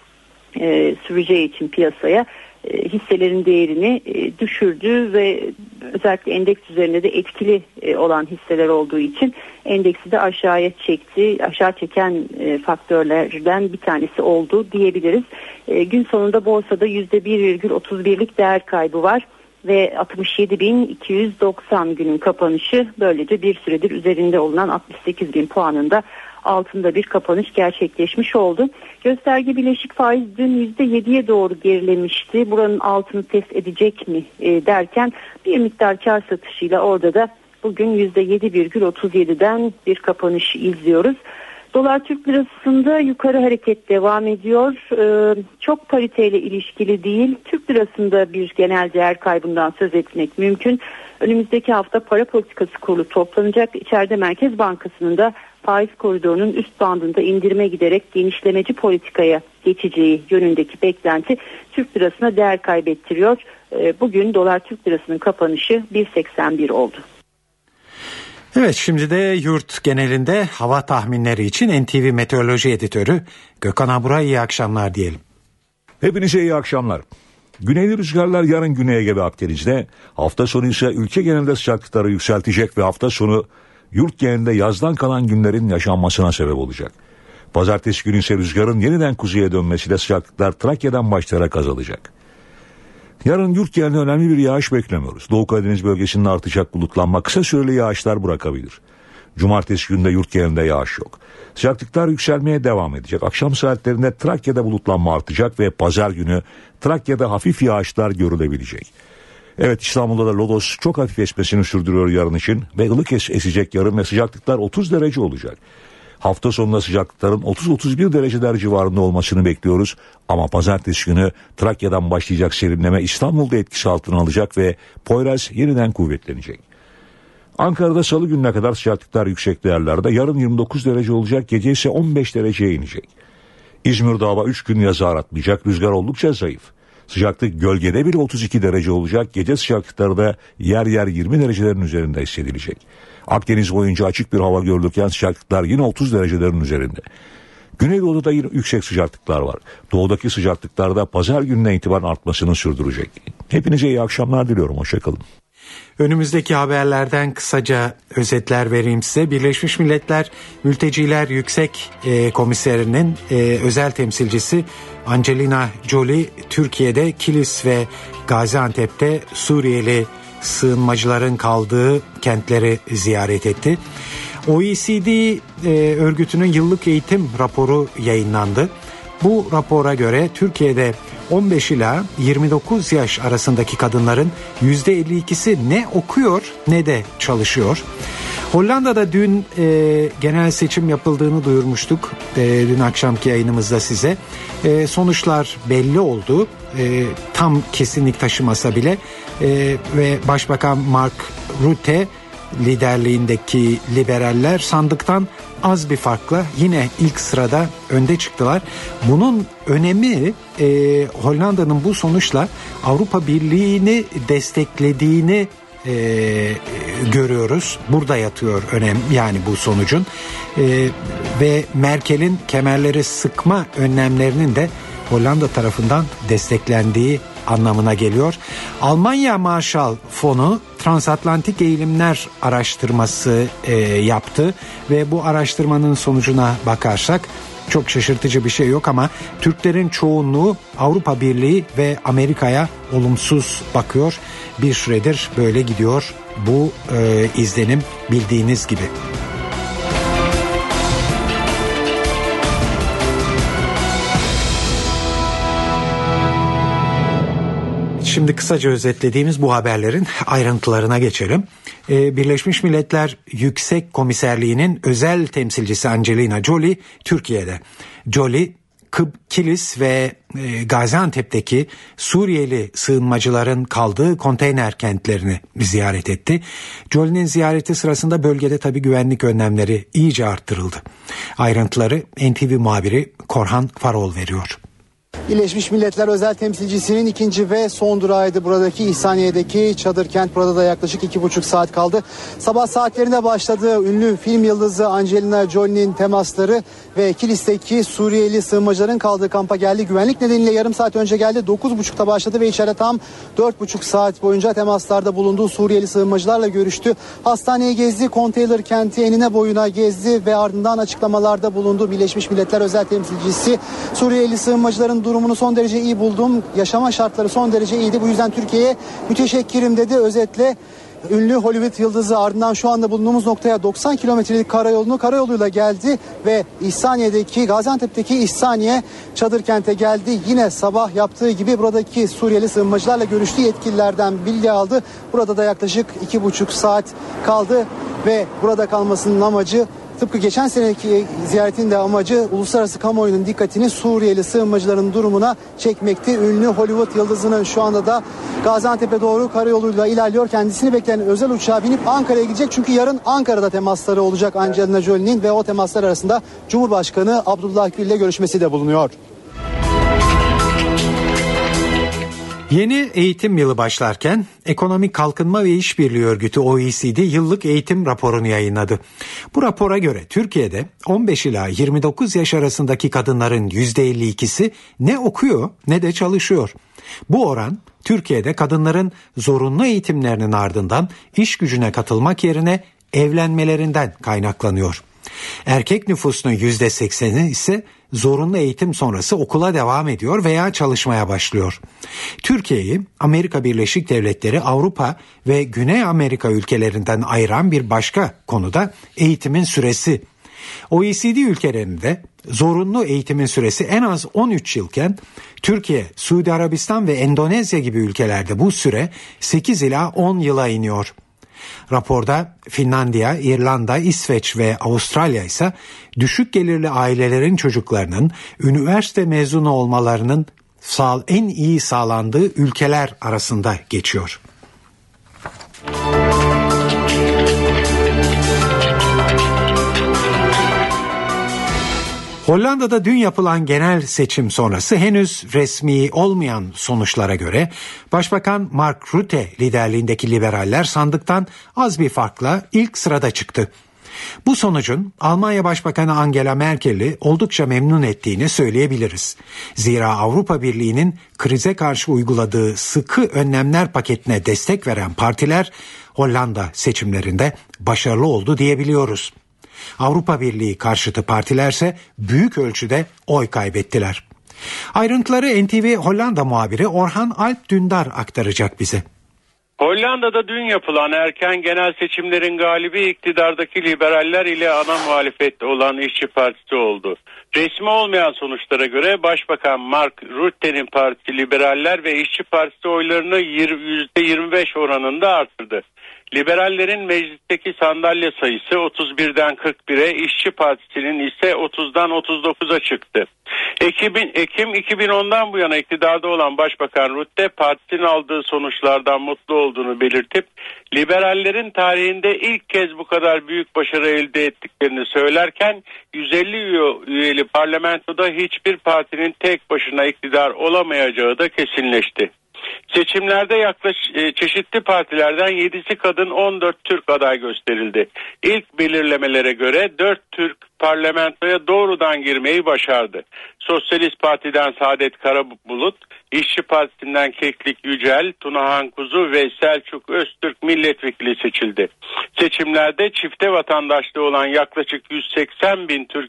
e, süreceği için piyasaya e, hisselerin değerini e, düşürdü ve özellikle endeks üzerinde de etkili e, olan hisseler olduğu için endeksi de aşağıya çekti. Aşağı çeken e, faktörlerden bir tanesi oldu diyebiliriz. E, gün sonunda borsada yüzde bir virgül otuz birlik değer kaybı var ve altmış yedi bin iki yüz doksan günün kapanışı, böylece bir süredir üzerinde olunan altmış sekiz bin puanında altında bir kapanış gerçekleşmiş oldu. Gösterge bileşik faiz dün yüzde yediye doğru gerilemişti. Buranın altını test edecek mi e, derken bir miktar kar satışıyla orada da bugün yüzde yedi virgül otuz yediden bir kapanış izliyoruz. Dolar Türk lirasında yukarı hareket devam ediyor. Ee, çok pariteyle ilişkili değil. Türk lirasında bir genel değer kaybından söz etmek mümkün. Önümüzdeki hafta para politikası kurulu toplanacak. İçeride Merkez Bankası'nın da faiz koridorunun üst bandında indirime giderek genişlemeci politikaya geçeceği yönündeki beklenti Türk lirasına değer kaybettiriyor. Ee, bugün dolar Türk lirasının kapanışı bir seksen bir oldu. Evet, şimdi de yurt genelinde hava tahminleri için N T V Meteoroloji Editörü Gökhan Abur'a iyi akşamlar diyelim. Hepinize iyi akşamlar. Güneyli rüzgarlar yarın Güney Ege ve Akdeniz'de, hafta sonu ise ülke genelinde sıcaklıkları yükseltecek ve hafta sonu yurt genelinde yazdan kalan günlerin yaşanmasına sebep olacak. Pazartesi günü ise rüzgarın yeniden kuzeye dönmesiyle sıcaklıklar Trakya'dan başlayarak azalacak. Yarın yurt genelinde önemli bir yağış beklemiyoruz. Doğu Karadeniz bölgesinde artacak bulutlanma kısa süreli yağışlar bırakabilir. Cumartesi günde yurt genelinde yağış yok. Sıcaklıklar yükselmeye devam edecek. Akşam saatlerinde Trakya'da bulutlanma artacak ve pazar günü Trakya'da hafif yağışlar görülebilecek. Evet, İstanbul'da da lodos çok hafif esmesini sürdürüyor yarın için ve ılık es esecek yarın ve sıcaklıklar otuz derece olacak. Hafta sonunda sıcaklıkların otuz otuz bir dereceler civarında olmasını bekliyoruz. Ama pazartesi günü Trakya'dan başlayacak serinleme İstanbul'da etkisi altına alacak ve Poyraz yeniden kuvvetlenecek. Ankara'da salı gününe kadar sıcaklıklar yüksek değerlerde, yarın yirmi dokuz derece olacak, gece ise on beş dereceye inecek. İzmir'de hava üç gün yazı aratmayacak, rüzgar oldukça zayıf. Sıcaklık gölgede bile otuz iki derece olacak, gece sıcaklıkları da yer yer yirmi derecelerin üzerinde hissedilecek. Akdeniz boyunca açık bir hava görülürken sıcaklıklar yine otuz derecelerin üzerinde. Güneydoğu'da da yine yüksek sıcaklıklar var. Doğudaki sıcaklıklar da pazar gününe itibaren artmasını sürdürecek. Hepinize iyi akşamlar diliyorum. Hoşçakalın. Önümüzdeki haberlerden kısaca özetler vereyim size. Birleşmiş Milletler Mülteciler Yüksek e, Komiserinin e, özel temsilcisi Angelina Jolie, Türkiye'de Kilis ve Gaziantep'te Suriyeli sığınmacıların kaldığı kentleri ziyaret etti. O E C D e, örgütünün yıllık eğitim raporu yayınlandı. Bu rapora göre Türkiye'de on beş ila yirmi dokuz yaş arasındaki kadınların yüzde elli ikisi ne okuyor ne de çalışıyor. Hollanda'da dün e, genel seçim yapıldığını duyurmuştuk. E, dün akşamki yayınımızda size. E, sonuçlar belli oldu. E, tam kesinlik taşımasa bile e, ve Başbakan Mark Rutte liderliğindeki liberaller sandıktan az bir farkla yine ilk sırada önde çıktılar. Bunun önemi e, Hollanda'nın bu sonuçla Avrupa Birliği'ni desteklediğini e, görüyoruz. Burada yatıyor önem, yani bu sonucun e, ve Merkel'in kemerleri sıkma önlemlerinin de Hollanda tarafından desteklendiği anlamına geliyor. Almanya Marshall Fonu transatlantik eğilimler araştırması e, yaptı ve bu araştırmanın sonucuna bakarsak çok şaşırtıcı bir şey yok ama Türklerin çoğunluğu Avrupa Birliği ve Amerika'ya olumsuz bakıyor. Bir süredir böyle gidiyor bu e, izlenim bildiğiniz gibi. Şimdi kısaca özetlediğimiz bu haberlerin ayrıntılarına geçelim. Ee, Birleşmiş Milletler Yüksek Komiserliği'nin özel temsilcisi Angelina Jolie Türkiye'de. Jolie, Kilis ve e, Gaziantep'teki Suriyeli sığınmacıların kaldığı konteyner kentlerini ziyaret etti. Jolie'nin ziyareti sırasında bölgede tabii güvenlik önlemleri iyice arttırıldı. Ayrıntıları N T V muhabiri Korhan Farol veriyor. Birleşmiş Milletler Özel Temsilcisi'nin ikinci ve son durağıydı buradaki İhsaniye'deki çadır kent. Burada da yaklaşık iki buçuk saat kaldı. Sabah saatlerinde başladığı ünlü film yıldızı Angelina Jolie'nin temasları ve Kilis'teki Suriyeli sığınmacıların kaldığı kampa geldi. Güvenlik nedeniyle yarım saat önce geldi. dokuz buçukta başladı ve içeride tam dört buçuk saat boyunca temaslarda bulunduğu Suriyeli sığınmacılarla görüştü. Hastaneyi gezdi, konteyner kenti enine boyuna gezdi ve ardından açıklamalarda bulundu. Birleşmiş Milletler Özel Temsilcisi Suriyeli sığınmacıların durumunu son derece iyi buldum. Yaşama şartları son derece iyiydi. Bu yüzden Türkiye'ye müteşekkirim dedi. Özetle ünlü Hollywood yıldızı ardından şu anda bulunduğumuz noktaya doksan kilometrelik karayolunu karayoluyla geldi ve İhsaniye'deki, Gaziantep'teki İhsaniye çadır kente geldi. Yine sabah yaptığı gibi buradaki Suriyeli sığınmacılarla görüştüğü yetkililerden bilgi aldı. Burada da yaklaşık iki buçuk saat kaldı ve burada kalmasının amacı, tıpkı geçen seneki ziyaretin de amacı, uluslararası kamuoyunun dikkatini Suriyeli sığınmacıların durumuna çekmekti. Ünlü Hollywood yıldızının şu anda da Gaziantep'e doğru karayoluyla ilerliyor. Kendisini bekleyen özel uçağa binip Ankara'ya gidecek. Çünkü yarın Ankara'da temasları olacak Angelina Jolie'nin ve o temaslar arasında Cumhurbaşkanı Abdullah Gül ile görüşmesi de bulunuyor. Yeni eğitim yılı başlarken Ekonomik Kalkınma ve İşbirliği Örgütü O E C D yıllık eğitim raporunu yayınladı. Bu rapora göre Türkiye'de on beş ila yirmi dokuz yaş arasındaki kadınların yüzde elli ikisi ne okuyor ne de çalışıyor. Bu oran Türkiye'de kadınların zorunlu eğitimlerinin ardından iş gücüne katılmak yerine evlenmelerinden kaynaklanıyor. Erkek nüfusunun yüzde sekseni ise zorunlu eğitim sonrası okula devam ediyor veya çalışmaya başlıyor. Türkiye'yi Amerika Birleşik Devletleri, Avrupa ve Güney Amerika ülkelerinden ayıran bir başka konuda eğitimin süresi. O E C D ülkelerinde zorunlu eğitimin süresi en az on üç yılken Türkiye, Suudi Arabistan ve Endonezya gibi ülkelerde bu süre sekiz ila on yıla iniyor. Raporda Finlandiya, İrlanda, İsveç ve Avustralya ise düşük gelirli ailelerin çocuklarının üniversite mezunu olmalarının en iyi sağlandığı ülkeler arasında geçiyor. Hollanda'da dün yapılan genel seçim sonrası henüz resmi olmayan sonuçlara göre Başbakan Mark Rutte liderliğindeki liberaller sandıktan az bir farkla ilk sırada çıktı. Bu sonucun Almanya Başbakanı Angela Merkel'i oldukça memnun ettiğini söyleyebiliriz. Zira Avrupa Birliği'nin krize karşı uyguladığı sıkı önlemler paketine destek veren partiler Hollanda seçimlerinde başarılı oldu diyebiliyoruz. Avrupa Birliği karşıtı partilerse büyük ölçüde oy kaybettiler. Ayrıntıları N T V Hollanda muhabiri Orhan Alp Dündar aktaracak bize. Hollanda'da dün yapılan erken genel seçimlerin galibi iktidardaki liberaller ile ana muhalefet olan İşçi Partisi oldu. Resmi olmayan sonuçlara göre Başbakan Mark Rutte'nin partisi liberaller ve İşçi Partisi oylarını yüzde yirmi beş oranında arttırdı. Liberallerin meclisteki sandalye sayısı otuz birden kırk bire, İşçi Partisi'nin ise otuzdan otuz dokuza çıktı. Ekim, Ekim iki bin ondan bu yana iktidarda olan Başbakan Rutte partisinin aldığı sonuçlardan mutlu olduğunu belirtip liberallerin tarihinde ilk kez bu kadar büyük başarı elde ettiklerini söylerken yüz elli üyeli parlamentoda hiçbir partinin tek başına iktidar olamayacağı da kesinleşti. Seçimlerde yaklaşık çeşitli partilerden yedisi kadın, on dört Türk aday gösterildi. İlk belirlemelere göre dört Türk parlamentoya doğrudan girmeyi başardı. Sosyalist Parti'den Saadet Karabulut, İşçi Partisi'nden Keklik Yücel, Tunahan Kuzu ve Selçuk Öztürk milletvekili seçildi. Seçimlerde çifte vatandaşlığı olan yaklaşık yüz seksen bin Türk'ün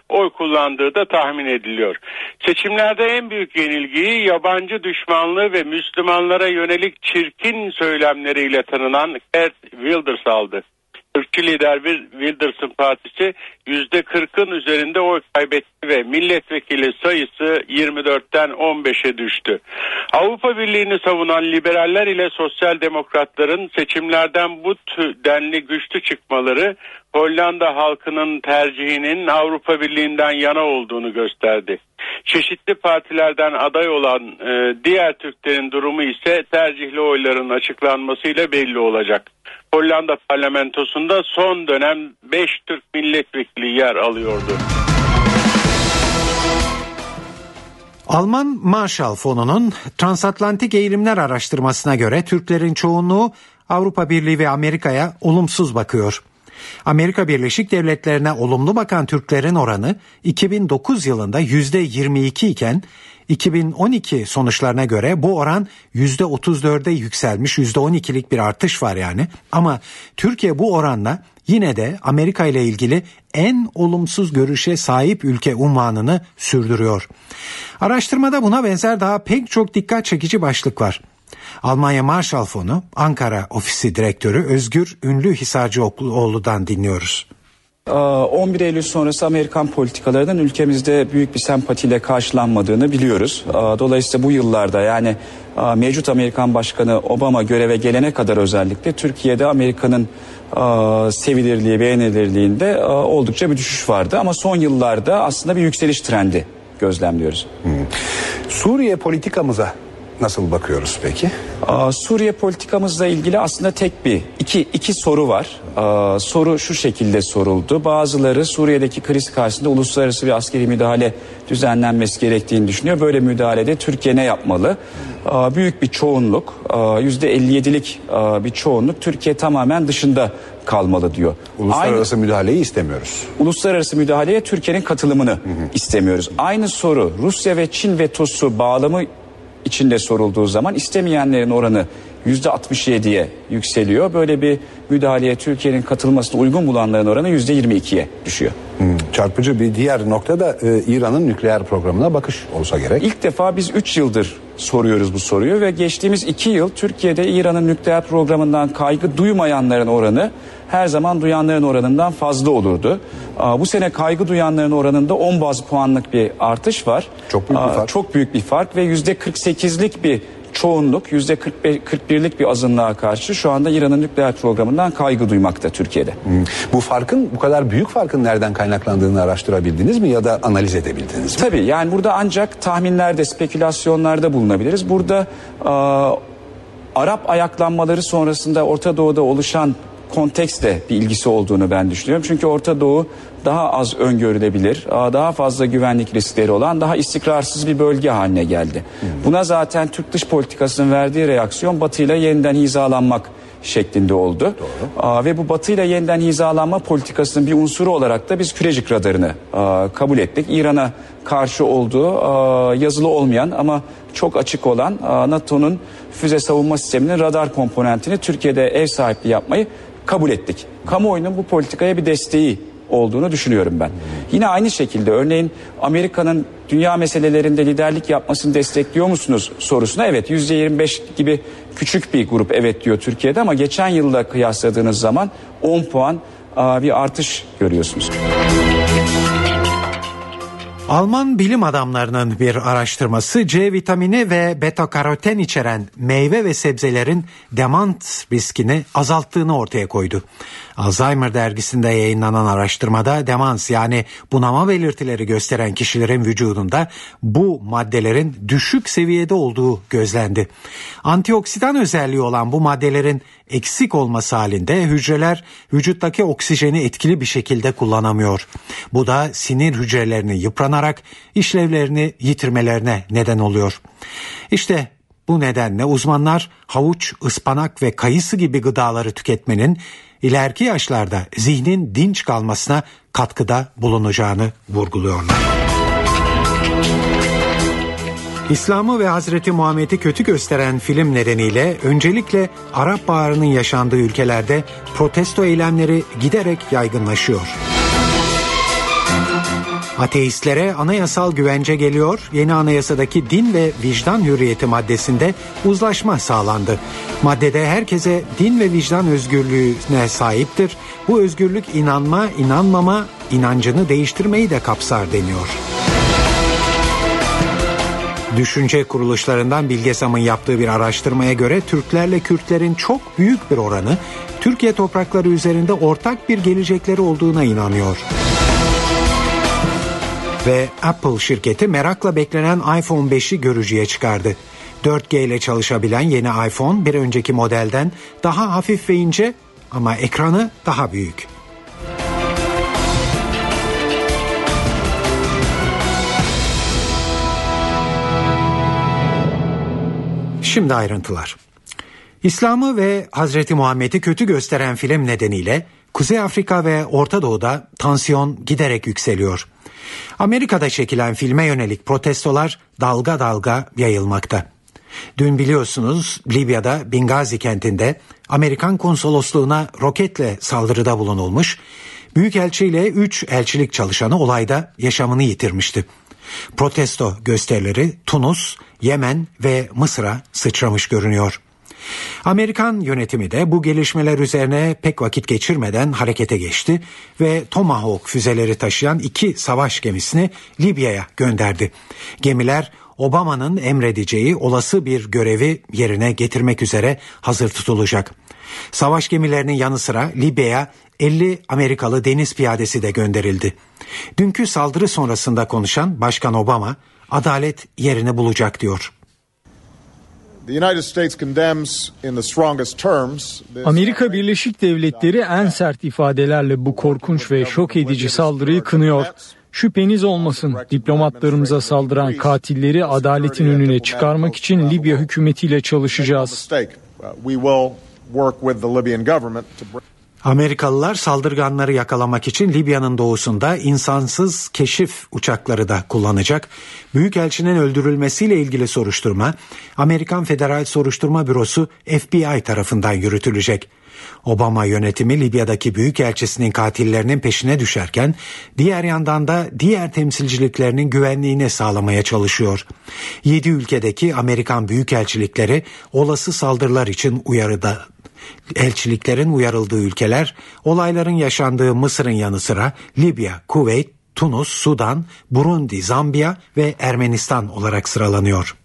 oy kullandığı da tahmin ediliyor. Seçimlerde en büyük yenilgiyi yabancı düşmanlığı ve Müslümanlara yönelik çirkin söylemleriyle tanınan Geert Wilders aldı. Irkçı lider Wilders'ın partisi yüzde kırkın üzerinde oy kaybetti ve milletvekili sayısı yirmi dörtten on beşe düştü. Avrupa Birliği'ni savunan liberaller ile sosyal demokratların seçimlerden bu denli güçlü çıkmaları Hollanda halkının tercihinin Avrupa Birliği'nden yana olduğunu gösterdi. Çeşitli partilerden aday olan e, diğer Türklerin durumu ise tercihli oyların açıklanmasıyla belli olacak. Hollanda parlamentosunda son dönem beş Türk milletvekili yer alıyordu. Alman Marshall Fonu'nun transatlantik eğilimler araştırmasına göre Türklerin çoğunluğu Avrupa Birliği ve Amerika'ya olumsuz bakıyor. Amerika Birleşik Devletleri'ne olumlu bakan Türklerin oranı iki bin dokuz yılında yüzde yirmi iki iken iki bin on iki sonuçlarına göre bu oran yüzde otuz dörde yükselmiş, yüzde on ikilik bir artış var yani. Ama Türkiye bu oranla yine de Amerika ile ilgili en olumsuz görüşe sahip ülke unvanını sürdürüyor. Araştırmada buna benzer daha pek çok dikkat çekici başlık var. Almanya Marshall Fonu Ankara Ofisi Direktörü Özgür Ünlühisarcıoğlu'dan dinliyoruz. on bir Eylül sonrası Amerikan politikalarının ülkemizde büyük bir sempatiyle karşılanmadığını biliyoruz. Dolayısıyla bu yıllarda yani mevcut Amerikan Başkanı Obama göreve gelene kadar özellikle Türkiye'de Amerika'nın sevilirliği, beğenilirliğinde oldukça bir düşüş vardı. Ama son yıllarda aslında bir yükseliş trendi gözlemliyoruz. Hmm. Suriye politikamıza nasıl bakıyoruz peki? Aa, Suriye politikamızla ilgili aslında tek bir iki iki soru var. Aa, soru şu şekilde soruldu. Bazıları Suriye'deki kriz karşısında uluslararası bir askeri müdahale düzenlenmesi gerektiğini düşünüyor. Böyle müdahalede Türkiye ne yapmalı? Aa, büyük bir çoğunluk, aa, yüzde elli yedilik aa, bir çoğunluk Türkiye tamamen dışında kalmalı diyor. Uluslararası Aynı, müdahaleyi istemiyoruz. Uluslararası müdahaleye Türkiye'nin katılımını hı hı. istemiyoruz. Aynı soru Rusya ve Çin vetosu bağlamı içinde sorulduğu zaman istemeyenlerin oranı yüzde altmış yediye yükseliyor. Böyle bir müdahaleye Türkiye'nin katılmasına uygun bulanların oranı yüzde yirmi ikiye düşüyor. Hmm, çarpıcı bir diğer nokta da e, İran'ın nükleer programına bakış olsa gerek. İlk defa biz üç yıldır soruyoruz bu soruyu ve geçtiğimiz iki yıl Türkiye'de İran'ın nükleer programından kaygı duymayanların oranı her zaman duyanların oranından fazla olurdu. Aa, bu sene kaygı duyanların oranında on baz puanlık bir artış var. Çok büyük bir fark. Aa, çok büyük bir fark ve yüzde kırk sekizlik bir çoğunluk, yüzde kırk birlik bir azınlığa karşı şu anda İran'ın nükleer programından kaygı duymakta Türkiye'de. Hmm. Bu farkın, bu kadar büyük farkın nereden kaynaklandığını araştırabildiniz mi ya da analiz edebildiniz mi? Tabii yani burada ancak tahminlerde, spekülasyonlarda bulunabiliriz. Burada a, Arap ayaklanmaları sonrasında Orta Doğu'da oluşan kontekstle bir ilgisi olduğunu ben düşünüyorum. Çünkü Orta Doğu daha az öngörülebilir, daha fazla güvenlik riskleri olan, daha istikrarsız bir bölge haline geldi. Hmm. Buna zaten Türk dış politikasının verdiği reaksiyon Batı ile yeniden hizalanmak şeklinde oldu. Aa, ve bu Batı ile yeniden hizalanma politikasının bir unsuru olarak da biz Kürecik radarını aa, kabul ettik. İran'a karşı olduğu aa, yazılı olmayan ama çok açık olan aa, NATO'nun füze savunma sisteminin radar komponentini Türkiye'de ev sahipliği yapmayı kabul ettik. Kamuoyunun bu politikaya bir desteği olduğunu düşünüyorum ben. Yine aynı şekilde örneğin Amerika'nın dünya meselelerinde liderlik yapmasını destekliyor musunuz sorusuna evet yüzde yirmi beş gibi küçük bir grup evet diyor Türkiye'de ama geçen yılla kıyasladığınız zaman on puan bir artış görüyorsunuz. Alman bilim adamlarının bir araştırması C vitamini ve beta karoten içeren meyve ve sebzelerin demans riskini azalttığını ortaya koydu. Alzheimer dergisinde yayınlanan araştırmada demans yani bunama belirtileri gösteren kişilerin vücudunda bu maddelerin düşük seviyede olduğu gözlendi. Antioksidan özelliği olan bu maddelerin eksik olması halinde hücreler vücuttaki oksijeni etkili bir şekilde kullanamıyor. Bu da sinir hücrelerini yıpranarak işlevlerini yitirmelerine neden oluyor. İşte bu nedenle uzmanlar havuç, ıspanak ve kayısı gibi gıdaları tüketmenin ileriki yaşlarda zihnin dinç kalmasına katkıda bulunacağını vurguluyorlar. İslam'ı ve Hazreti Muhammed'i kötü gösteren film nedeniyle öncelikle Arap Baharı'nın yaşandığı ülkelerde protesto eylemleri giderek yaygınlaşıyor. Ateistlere anayasal güvence geliyor. Yeni anayasadaki din ve vicdan hürriyeti maddesinde uzlaşma sağlandı. Maddede herkese din ve vicdan özgürlüğüne sahiptir. Bu özgürlük inanma, inanmama, inancını değiştirmeyi de kapsar deniyor. Düşünce kuruluşlarından Bilgesam'ın yaptığı bir araştırmaya göre Türklerle Kürtlerin çok büyük bir oranı Türkiye toprakları üzerinde ortak bir gelecekleri olduğuna inanıyor. Ve Apple şirketi merakla beklenen iPhone beşi görücüye çıkardı. dört G ile çalışabilen yeni iPhone bir önceki modelden daha hafif ve ince ama ekranı daha büyük. Şimdi ayrıntılar. İslam'ı ve Hazreti Muhammed'i kötü gösteren film nedeniyle Kuzey Afrika ve Orta Doğu'da tansiyon giderek yükseliyor. Amerika'da çekilen filme yönelik protestolar dalga dalga yayılmakta. Dün biliyorsunuz Libya'da Bingazi kentinde Amerikan konsolosluğuna roketle saldırıda bulunulmuş. Büyükelçi ile üç elçilik çalışanı olayda yaşamını yitirmişti. Protesto gösterileri Tunus, Yemen ve Mısır'a sıçramış görünüyor. Amerikan yönetimi de bu gelişmeler üzerine pek vakit geçirmeden harekete geçti ve Tomahawk füzeleri taşıyan iki savaş gemisini Libya'ya gönderdi. Gemiler Obama'nın emredeceği olası bir görevi yerine getirmek üzere hazır tutulacak. Savaş gemilerinin yanı sıra Libya'ya elli Amerikalı deniz piyadesi de gönderildi. Dünkü saldırı sonrasında konuşan Başkan Obama, adalet yerini bulacak diyor. Amerika Birleşik Devletleri en sert ifadelerle bu korkunç ve şok edici saldırıyı kınıyor. Şüpheniz olmasın, diplomatlarımıza saldıran katilleri adaletin önüne çıkarmak için Libya hükümetiyle çalışacağız. Amerikalılar saldırganları yakalamak için Libya'nın doğusunda insansız keşif uçakları da kullanacak. Büyükelçinin öldürülmesiyle ilgili soruşturma Amerikan Federal Soruşturma Bürosu F B I tarafından yürütülecek. Obama yönetimi Libya'daki büyükelçisinin katillerinin peşine düşerken diğer yandan da diğer temsilciliklerinin güvenliğini sağlamaya çalışıyor. Yedi ülkedeki Amerikan büyükelçilikleri olası saldırılar için uyarıda. Elçiliklerin uyarıldığı ülkeler olayların yaşandığı Mısır'ın yanı sıra Libya, Kuveyt, Tunus, Sudan, Burundi, Zambiya ve Ermenistan olarak sıralanıyor.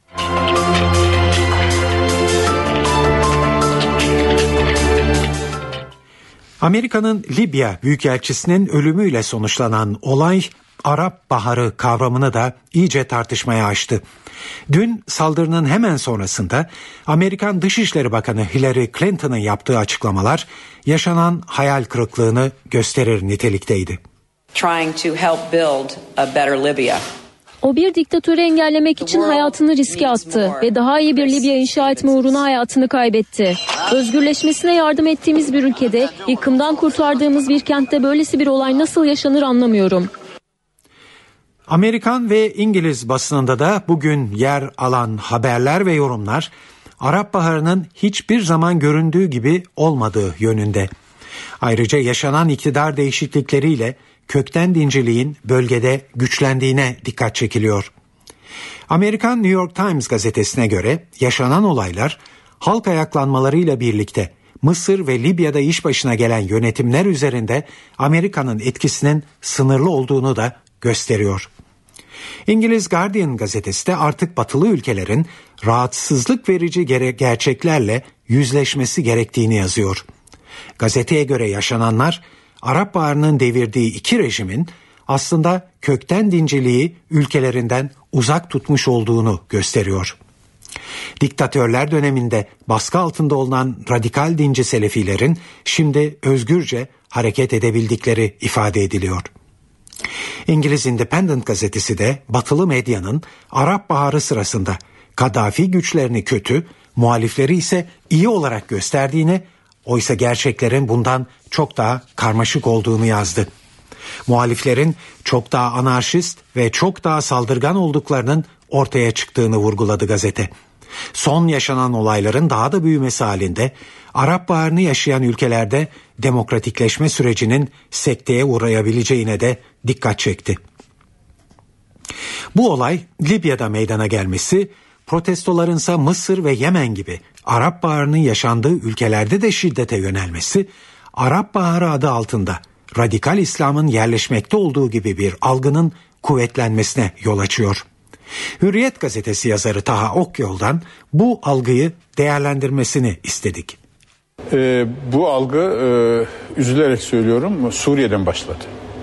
Amerika'nın Libya Büyükelçisi'nin ölümüyle sonuçlanan olay Arap Baharı kavramını da iyice tartışmaya açtı. Dün saldırının hemen sonrasında Amerikan Dışişleri Bakanı Hillary Clinton'ın yaptığı açıklamalar yaşanan hayal kırıklığını gösterir nitelikteydi. Trying to help build a better Libya. O bir diktatörü engellemek için hayatını riske attı ve daha iyi bir Libya inşa etme uğruna hayatını kaybetti. Özgürleşmesine yardım ettiğimiz bir ülkede, yıkımdan kurtardığımız bir kentte böylesi bir olay nasıl yaşanır anlamıyorum. Amerikan ve İngiliz basınında da bugün yer alan haberler ve yorumlar Arap Baharı'nın hiçbir zaman göründüğü gibi olmadığı yönünde. Ayrıca yaşanan iktidar değişiklikleriyle kökten dinciliğin bölgede güçlendiğine dikkat çekiliyor. Amerikan New York Times gazetesine göre yaşanan olaylar halk ayaklanmalarıyla birlikte Mısır ve Libya'da iş başına gelen yönetimler üzerinde Amerika'nın etkisinin sınırlı olduğunu da gösteriyor. İngiliz Guardian gazetesi de artık batılı ülkelerin rahatsızlık verici gerçeklerle yüzleşmesi gerektiğini yazıyor. Gazeteye göre yaşananlar Arap Baharı'nın devirdiği iki rejimin aslında kökten dinciliği ülkelerinden uzak tutmuş olduğunu gösteriyor. Diktatörler döneminde baskı altında olunan radikal dinci Selefilerin şimdi özgürce hareket edebildikleri ifade ediliyor. İngiliz Independent gazetesi de batılı medyanın Arap Baharı sırasında Kaddafi güçlerini kötü, muhalifleri ise iyi olarak gösterdiğini, oysa gerçeklerin bundan çok daha karmaşık olduğunu yazdı. Muhaliflerin çok daha anarşist ve çok daha saldırgan olduklarının ortaya çıktığını vurguladı gazete. Son yaşanan olayların daha da büyümesi halinde Arap Baharı'nı yaşayan ülkelerde demokratikleşme sürecinin sekteye uğrayabileceğine de dikkat çekti. Bu olay Libya'da meydana gelmesi, protestolarınsa Mısır ve Yemen gibi Arap Baharı'nın yaşandığı ülkelerde de şiddete yönelmesi, Arap Baharı adı altında radikal İslam'ın yerleşmekte olduğu gibi bir algının kuvvetlenmesine yol açıyor. Hürriyet gazetesi yazarı Taha Okyol'dan bu algıyı değerlendirmesini istedik. Ee, bu algı e, üzülerek söylüyorum Suriye'den başladı.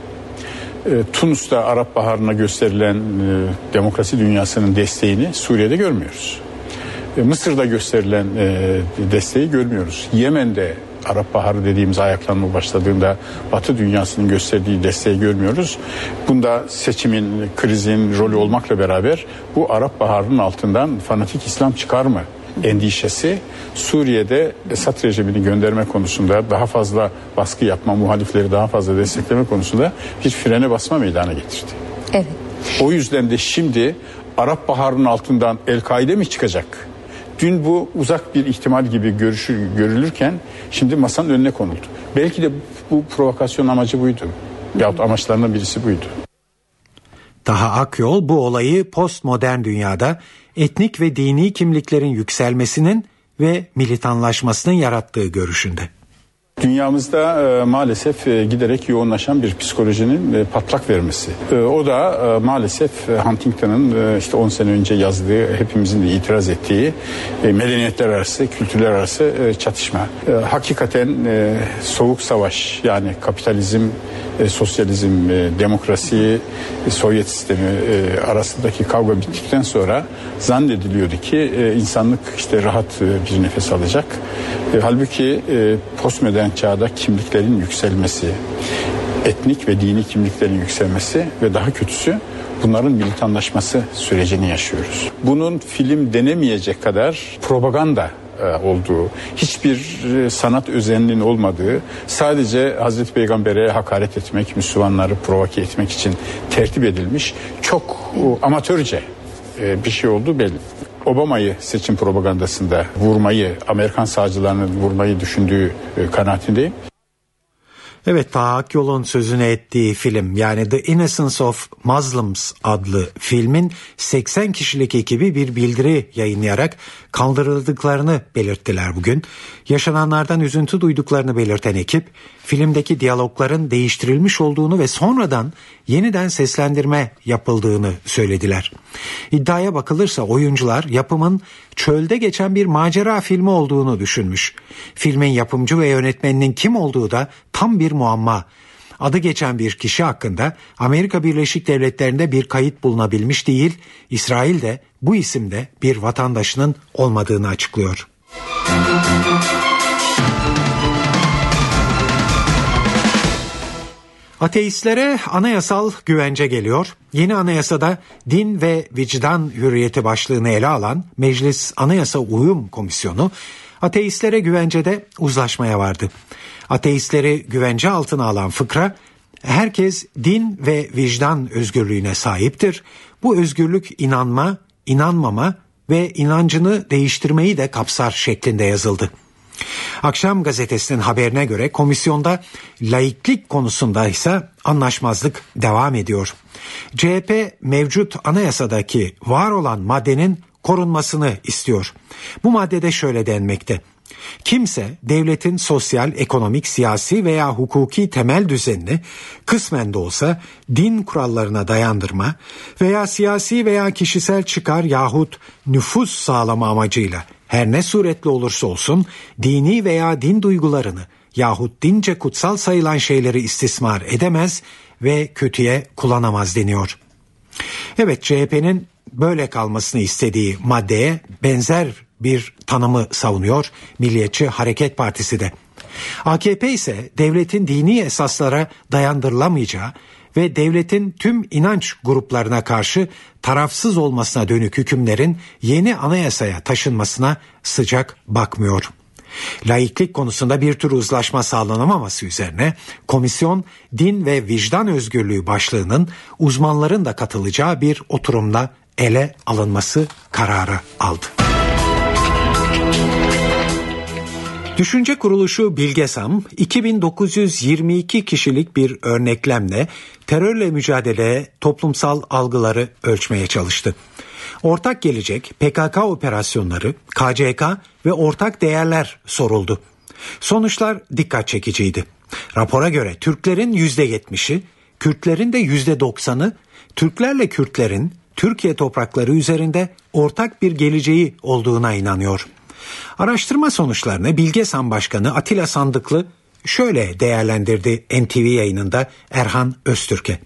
E, Tunus'ta Arap Baharı'na gösterilen e, demokrasi dünyasının desteğini Suriye'de görmüyoruz. E, Mısır'da gösterilen e, desteği görmüyoruz. Yemen'de Arap Baharı dediğimiz ayaklanma başladığında Batı dünyasının gösterdiği desteği görmüyoruz. Bunda seçimin, krizin rolü olmakla beraber bu Arap Baharı'nın altından fanatik İslam çıkar mı endişesi Suriye'de Esad rejimini gönderme konusunda, daha fazla baskı yapma, muhalifleri daha fazla destekleme konusunda bir frene basma meydana getirdi. Evet. O yüzden de şimdi Arap Baharı'nın altından El-Kaide mi çıkacak? Dün bu uzak bir ihtimal gibi görüşür, görülürken şimdi masanın önüne konuldu. Belki de bu provokasyon amacı buydu. Yahut amaçlarından birisi buydu. Taha Akyol bu olayı postmodern dünyada etnik ve dini kimliklerin yükselmesinin ve militanlaşmasının yarattığı görüşünde. Dünyamızda e, maalesef e, giderek yoğunlaşan bir psikolojinin e, patlak vermesi. E, o da e, maalesef e, Huntington'ın e, işte on sene önce yazdığı, hepimizin de itiraz ettiği e, medeniyetler arası, kültürler arası e, çatışma. E, hakikaten e, soğuk savaş, yani kapitalizm, e, sosyalizm, e, demokrasi, e, Sovyet sistemi e, arasındaki kavga bittikten sonra zannediliyordu ki e, insanlık işte rahat e, bir nefes alacak. E, halbuki e, postmodern çağda kimliklerin yükselmesi, etnik ve dini kimliklerin yükselmesi ve daha kötüsü bunların militanlaşması sürecini yaşıyoruz. Bunun film denemeyecek kadar propaganda olduğu, hiçbir sanat özenliğinin olmadığı, sadece Hazreti Peygamber'e hakaret etmek, Müslümanları provoke etmek için tertip edilmiş çok amatörce bir şey olduğu belli. Obama'yı seçim propagandasında vurmayı, Amerikan sağcılarının vurmayı düşündüğü kanaatindeyim. Evet, Taha Akyol'un sözünü ettiği film, yani The Innocence of Muslims adlı filmin seksen kişilik ekibi bir bildiri yayınlayarak kandırıldıklarını belirttiler bugün. Yaşananlardan üzüntü duyduklarını belirten ekip, filmdeki diyalogların değiştirilmiş olduğunu ve sonradan yeniden seslendirme yapıldığını söylediler. İddiaya bakılırsa oyuncular yapımın çölde geçen bir macera filmi olduğunu düşünmüş. Filmin yapımcı ve yönetmeninin kim olduğu da tam bir muamma. Adı geçen bir kişi hakkında Amerika Birleşik Devletleri'nde bir kayıt bulunabilmiş değil, İsrail'de bu isimde bir vatandaşının olmadığını açıklıyor. Ateistlere anayasal güvence geliyor. Yeni anayasada din ve vicdan hürriyeti başlığını ele alan Meclis Anayasa Uyum Komisyonu, ateistlere güvencede uzlaşmaya vardı. Ateistleri güvence altına alan fıkra, herkes din ve vicdan özgürlüğüne sahiptir. Bu özgürlük inanma, inanmama ve inancını değiştirmeyi de kapsar şeklinde yazıldı. Akşam gazetesinin haberine göre komisyonda laiklik konusunda ise anlaşmazlık devam ediyor. C H P mevcut anayasadaki var olan maddenin korunmasını istiyor. Bu maddede şöyle denmekte: kimse devletin sosyal, ekonomik, siyasi veya hukuki temel düzenini kısmen de olsa din kurallarına dayandırma veya siyasi veya kişisel çıkar yahut nüfuz sağlama amacıyla her ne suretle olursa olsun dini veya din duygularını yahut dince kutsal sayılan şeyleri istismar edemez ve kötüye kullanamaz deniyor. Evet, C H P'nin böyle kalmasını istediği maddeye benzer bir tanımı savunuyor Milliyetçi Hareket Partisi de. A K P ise devletin dini esaslara dayandırılamayacağı ve devletin tüm inanç gruplarına karşı tarafsız olmasına dönük hükümlerin yeni anayasaya taşınmasına sıcak bakmıyor. Laiklik konusunda bir tür uzlaşma sağlanamaması üzerine komisyon din ve vicdan özgürlüğü başlığının uzmanların da katılacağı bir oturumda ele alınması kararı aldı. Düşünce kuruluşu Bilgesam, iki bin dokuz yüz yirmi iki kişilik bir örneklemle terörle mücadeleye toplumsal algıları ölçmeye çalıştı. Ortak gelecek, P K K operasyonları, K C K ve ortak değerler soruldu. Sonuçlar dikkat çekiciydi. Rapora göre Türklerin yüzde yetmişi, Kürtlerin de yüzde doksanı, Türklerle Kürtlerin Türkiye toprakları üzerinde ortak bir geleceği olduğuna inanıyor. Araştırma sonuçlarını Bilgesam Başkanı Atilla Sandıklı şöyle değerlendirdi N T V yayınında Erhan Öztürk'e.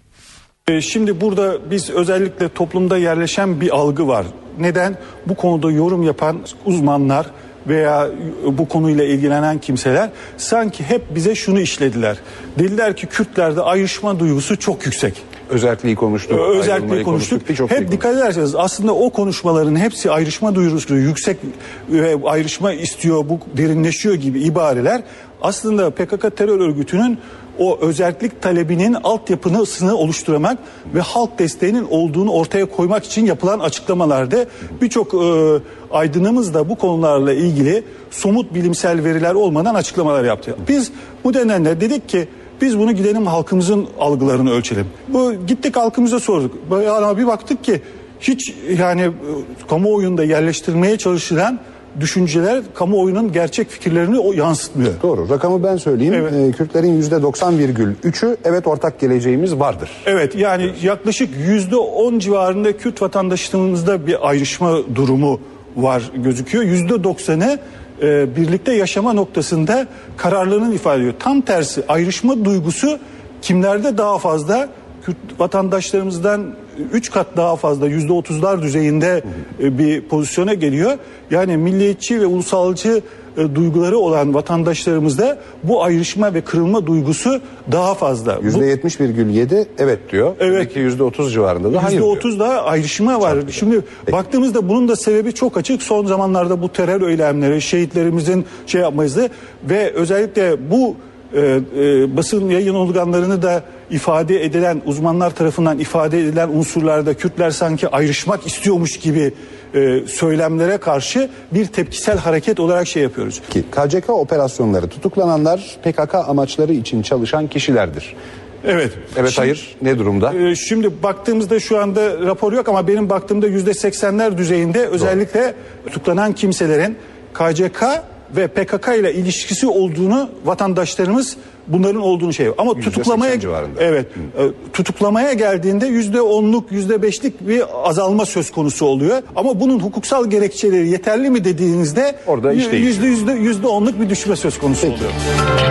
Şimdi burada biz özellikle toplumda yerleşen bir algı var. Neden? Bu konuda yorum yapan uzmanlar veya bu konuyla ilgilenen kimseler sanki hep bize şunu işlediler. Dediler ki Kürtlerde ayrışma duygusu çok yüksek. Özelliği konuştuk. Özelliği konuştuk. konuştuk hep dikkat ederseniz aslında o konuşmaların hepsi ayrışma duygusu yüksek ve ayrışma istiyor, bu derinleşiyor gibi ibareler aslında P K K terör örgütünün o özellik talebinin altyapısını oluşturmak ve halk desteğinin olduğunu ortaya koymak için yapılan açıklamalarda birçok e, aydınımız da bu konularla ilgili somut bilimsel veriler olmadan açıklamalar yaptı. Biz bu nedenle dedik ki biz bunu gidelim halkımızın algılarını ölçelim. Bu gittik halkımıza sorduk. Yani bir baktık ki hiç yani kamuoyunda yerleştirmeye çalışılan düşünceler kamuoyunun gerçek fikirlerini o yansıtmıyor. Doğru. Rakamı ben söyleyeyim. Evet. Ee, Kürtlerin yüzde doksan virgül üçü evet ortak geleceğimiz vardır. Evet, yani yaklaşık yüzde on civarında Kürt vatandaşlarımızda bir ayrışma durumu var gözüküyor. Yüzde doksanı e, birlikte yaşama noktasında kararlılığını ifade ediyor. Tam tersi ayrışma duygusu kimlerde daha fazla? Kürt vatandaşlarımızdan üç kat daha fazla yüzde otuzlar düzeyinde bir pozisyona geliyor. Yani milliyetçi ve ulusalcı e, duyguları olan vatandaşlarımızda bu ayrışma ve kırılma duygusu daha fazla. yüzde yetmiş virgül yedi evet diyor. Evet. Peki yüzde otuz civarında da hayır yüzde diyor. yüzde otuz daha ayrışma var. Çok Şimdi Peki. baktığımızda bunun da sebebi çok açık. Son zamanlarda bu terör eylemleri, şehitlerimizin şey yapması ve özellikle bu e, e, basın yayın organlarını da ifade edilen, uzmanlar tarafından ifade edilen unsurlarda Kürtler sanki ayrışmak istiyormuş gibi e, söylemlere karşı bir tepkisel hareket olarak şey yapıyoruz. Ki K C K operasyonları tutuklananlar P K K amaçları için çalışan kişilerdir. Evet. Evet şimdi, hayır ne durumda? E, şimdi baktığımızda şu anda rapor yok ama benim baktığımda yüzde seksenler düzeyinde özellikle Doğru. tutuklanan kimselerin K C K ve P K K ile ilişkisi olduğunu vatandaşlarımız bunların olduğunu şey ama tutuklamaya evet Hı. tutuklamaya geldiğinde yüzde onluk yüzde beşlik bir azalma söz konusu oluyor ama bunun hukuksal gerekçeleri yeterli mi dediğinizde orada yüzde yüzde yüzde onluk bir düşme söz konusu Peki. oluyor.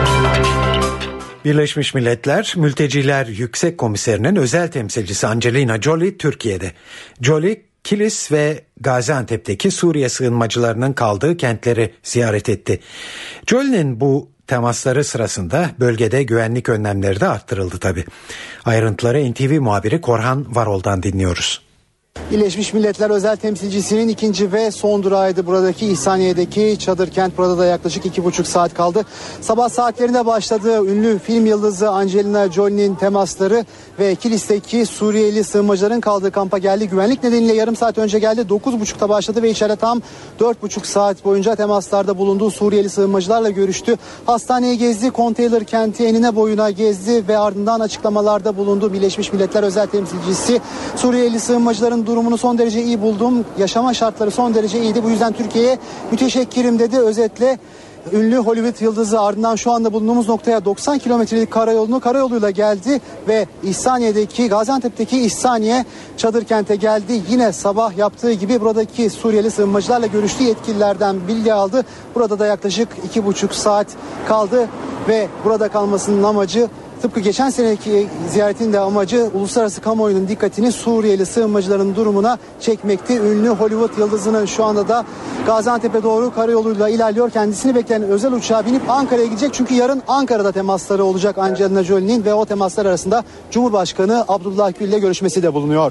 Birleşmiş Milletler Mülteciler Yüksek Komiserinin özel temsilcisi Angelina Jolie Türkiye'de. Jolie Kilis ve Gaziantep'teki Suriye sığınmacılarının kaldığı kentleri ziyaret etti. Jolie'nin bu temasları sırasında bölgede güvenlik önlemleri de arttırıldı tabii. Ayrıntıları N T V muhabiri Korhan Varol'dan dinliyoruz. Birleşmiş Milletler özel temsilcisinin ikinci ve son durağıydı buradaki İhsaniye'deki çadır kent. Burada da yaklaşık iki buçuk saat kaldı. Sabah saatlerinde başladığı ünlü film yıldızı Angelina Jolie'nin temasları ve Kilis'teki Suriyeli sığınmacıların kaldığı kampa geldi. Güvenlik nedeniyle yarım saat önce geldi. dokuz buçukta başladı ve içeride tam dört buçuk saat boyunca temaslarda bulunduğu Suriyeli sığınmacılarla görüştü. Hastaneyi gezdi, konteyner kenti enine boyuna gezdi ve ardından açıklamalarda bulundu. Birleşmiş Milletler özel temsilcisi Suriyeli sığınmacıların durumunu son derece iyi buldum. Yaşama şartları son derece iyiydi. Bu yüzden Türkiye'ye müteşekkirim dedi. Özetle ünlü Hollywood yıldızı ardından şu anda bulunduğumuz noktaya doksan kilometrelik karayolunu karayoluyla geldi ve İhsaniye'deki Gaziantep'teki İhsaniye çadır kente geldi. Yine sabah yaptığı gibi buradaki Suriyeli sığınmacılarla görüştü. Yetkililerden bilgi aldı. Burada da yaklaşık iki buçuk saat kaldı ve burada kalmasının amacı tıpkı geçen seneki ziyaretin de amacı uluslararası kamuoyunun dikkatini Suriyeli sığınmacıların durumuna çekmekti. Ünlü Hollywood yıldızının şu anda da Gaziantep'e doğru karayoluyla ilerliyor. Kendisini bekleyen özel uçağa binip Ankara'ya gidecek. Çünkü yarın Ankara'da temasları olacak Angelina Jolie'nin ve o temaslar arasında Cumhurbaşkanı Abdullah Gül ile görüşmesi de bulunuyor.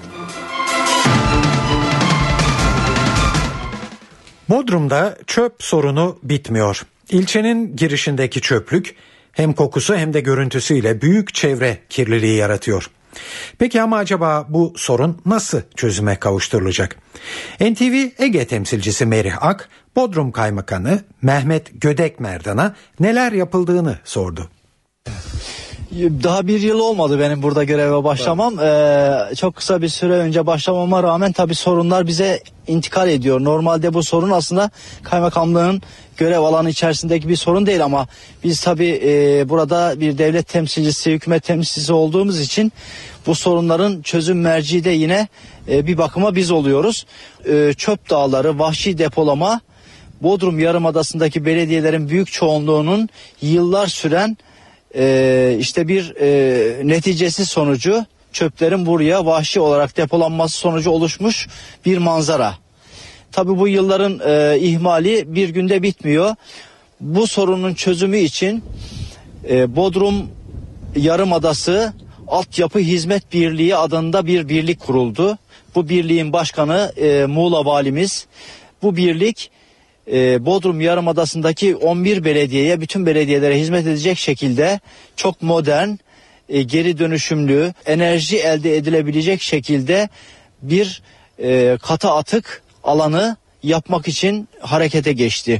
Bodrum'da çöp sorunu bitmiyor. İlçenin girişindeki çöplük hem kokusu hem de görüntüsüyle büyük çevre kirliliği yaratıyor. Peki ama acaba bu sorun nasıl çözüme kavuşturulacak? N T V Ege temsilcisi Merih Ak, Bodrum Kaymakamı Mehmet Gödek Merdan'a neler yapıldığını sordu. Daha bir yıl olmadı benim burada göreve başlamam. Ee, çok kısa bir süre önce başlamama rağmen tabii sorunlar bize intikal ediyor. Normalde bu sorun aslında kaymakamlığın görev alanı içerisindeki bir sorun değil ama biz tabii e, burada bir devlet temsilcisi, hükümet temsilcisi olduğumuz için bu sorunların çözüm merci de yine e, bir bakıma biz oluyoruz. E, çöp dağları, vahşi depolama, Bodrum Yarımadası'ndaki belediyelerin büyük çoğunluğunun yıllar süren Ee, işte bir e, neticesi sonucu, çöplerin buraya vahşi olarak depolanması sonucu oluşmuş bir manzara. Tabii bu yılların e, ihmali bir günde bitmiyor. Bu sorunun çözümü için e, Bodrum Yarımadası Altyapı Hizmet Birliği adında bir birlik kuruldu. Bu birliğin başkanı e, Muğla Valimiz. Bu birlik Bodrum Yarımadası'ndaki on bir belediyeye, bütün belediyelere hizmet edecek şekilde çok modern, geri dönüşümlü, enerji elde edilebilecek şekilde bir katı atık alanı yapmak için harekete geçti.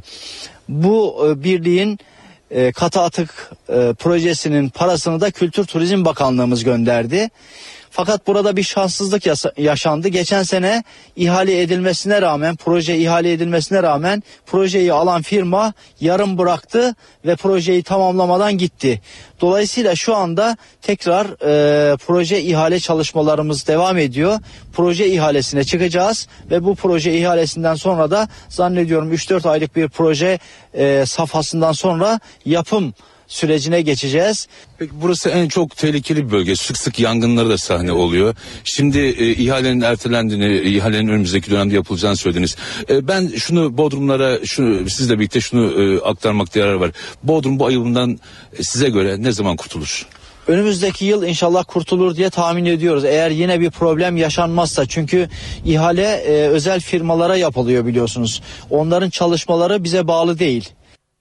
Bu birliğin katı atık projesinin parasını da Kültür Turizm Bakanlığımız gönderdi. Fakat burada bir şanssızlık yaşandı. Geçen sene ihale edilmesine rağmen, proje ihale edilmesine rağmen projeyi alan firma yarım bıraktı ve projeyi tamamlamadan gitti. Dolayısıyla şu anda tekrar e, proje ihale çalışmalarımız devam ediyor. Proje ihalesine çıkacağız ve bu proje ihalesinden sonra da zannediyorum üç dört aylık bir proje e, safhasından sonra yapım sürecine geçeceğiz. Peki burası en çok tehlikeli bir bölge. Sık sık yangınlara da sahne oluyor. Şimdi e, ihalenin ertelendiğini, ihalenin önümüzdeki dönemde yapılacağını söylediniz. E, ben şunu Bodrumlara, şunu sizle birlikte şunu e, aktarmakta yarar var. Bodrum bu ayıbından e, size göre ne zaman kurtulur? Önümüzdeki yıl inşallah kurtulur diye tahmin ediyoruz. Eğer yine bir problem yaşanmazsa, çünkü ihale e, özel firmalara yapılıyor biliyorsunuz. Onların çalışmaları bize bağlı değil.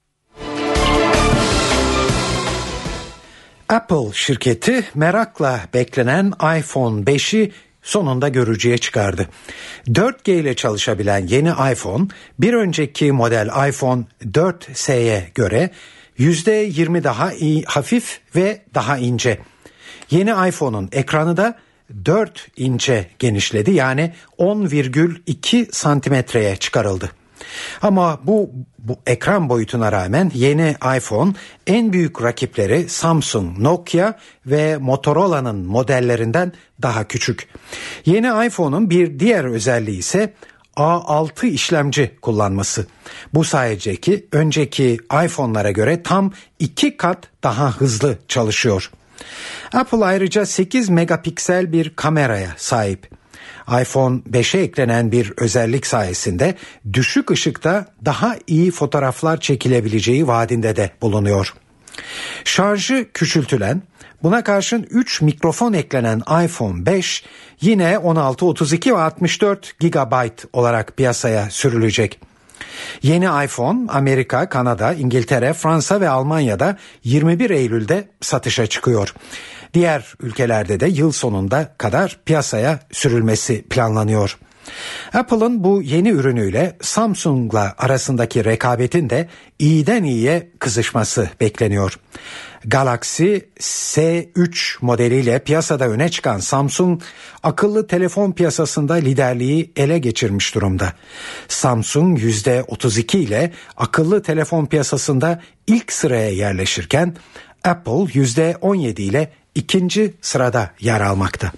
Apple şirketi merakla beklenen iPhone beşi sonunda görücüye çıkardı. dört G ile çalışabilen yeni iPhone, bir önceki model iPhone dört S'ye göre yüzde yirmi daha iyi, hafif ve daha ince. Yeni iPhone'un ekranı da dört inçe genişledi, yani on virgül iki santimetreye çıkarıldı. Ama bu, bu ekran boyutuna rağmen yeni iPhone en büyük rakipleri Samsung, Nokia ve Motorola'nın modellerinden daha küçük. Yeni iPhone'un bir diğer özelliği ise A altı işlemci kullanması. Bu sayedeki önceki iPhone'lara göre tam iki kat daha hızlı çalışıyor. Apple ayrıca sekiz megapiksel bir kameraya sahip. iPhone beşe eklenen bir özellik sayesinde düşük ışıkta daha iyi fotoğraflar çekilebileceği vaadinde de bulunuyor. Şarjı küçültülen, buna karşın üç mikrofon eklenen iPhone beş yine on altı, otuz iki ve altmış dört gigabayt olarak piyasaya sürülecek. Yeni iPhone Amerika, Kanada, İngiltere, Fransa ve Almanya'da yirmi bir Eylül'de satışa çıkıyor. Diğer ülkelerde de yıl sonunda kadar piyasaya sürülmesi planlanıyor. Apple'ın bu yeni ürünüyle Samsung'la arasındaki rekabetin de iyiden iyiye kızışması bekleniyor. Galaxy S üç modeliyle piyasada öne çıkan Samsung, akıllı telefon piyasasında liderliği ele geçirmiş durumda. Samsung yüzde otuz iki ile akıllı telefon piyasasında ilk sıraya yerleşirken, Apple yüzde on yedi ile ikinci sırada yer almakta.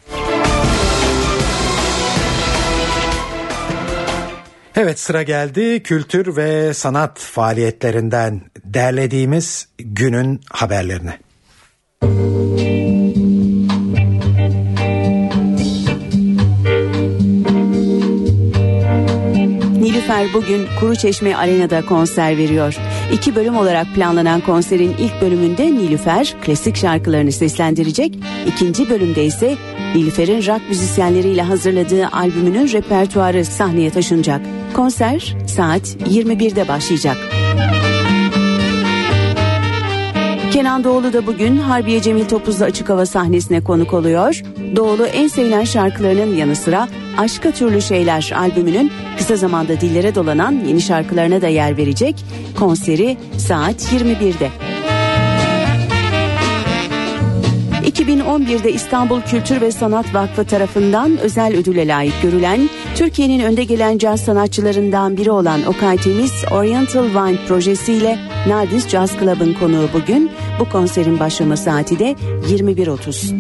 Evet, sıra geldi kültür ve sanat faaliyetlerinden derlediğimiz günün haberlerine. Nilüfer bugün Kuruçeşme Arena'da konser veriyor. İki bölüm olarak planlanan konserin ilk bölümünde Nilüfer klasik şarkılarını seslendirecek. İkinci bölümde ise Nilüfer'in rock müzisyenleriyle hazırladığı albümünün repertuarı sahneye taşınacak. Konser saat yirmi birde başlayacak. Kenan Doğulu da bugün Harbiye Cemil Topuzlu açık hava sahnesine konuk oluyor. Doğulu en sevilen şarkılarının yanı sıra Aşka Türlü Şeyler albümünün kısa zamanda dillere dolanan yeni şarkılarına da yer verecek. Konseri saat yirmi birde. iki bin on birde İstanbul Kültür ve Sanat Vakfı tarafından özel ödüle layık görülen, Türkiye'nin önde gelen caz sanatçılarından biri olan Okay Temiz Oriental Wine projesiyle Nardis Jazz Club'ın konuğu bugün. Bu konserin başlama saati de yirmi bir otuz.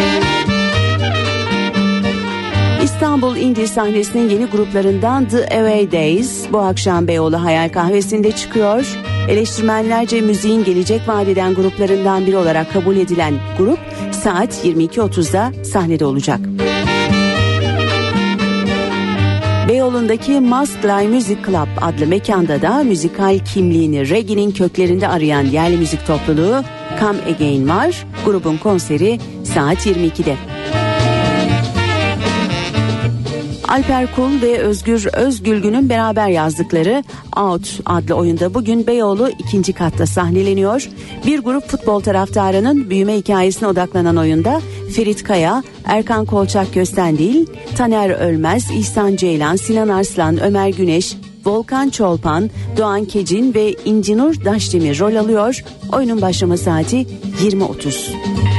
İstanbul Indie sahnesinin yeni gruplarından The Away Days bu akşam Beyoğlu Hayal Kahvesi'nde çıkıyor. Eleştirmenlerce müziğin gelecek vaat eden gruplarından biri olarak kabul edilen grup saat yirmi iki otuzda sahnede olacak. Beyoğlu'ndaki Maskly Music Club adlı mekanda da müzikal kimliğini reggae'nin köklerinde arayan yerli müzik topluluğu Come Again var. Grubun konseri saat yirmi ikide. Alper Kul ve Özgür Özgülgün'ün beraber yazdıkları Out adlı oyunda bugün Beyoğlu ikinci katta sahneleniyor. Bir grup futbol taraftarının büyüme hikayesine odaklanan oyunda Ferit Kaya, Erkan Kolçak Köstendil, Taner Ölmez, İhsan Ceylan, Sinan Arslan, Ömer Güneş, Volkan Çolpan, Doğan Kecin ve İncinur Daşdemir rol alıyor. Oyunun başlama saati yirmi otuz.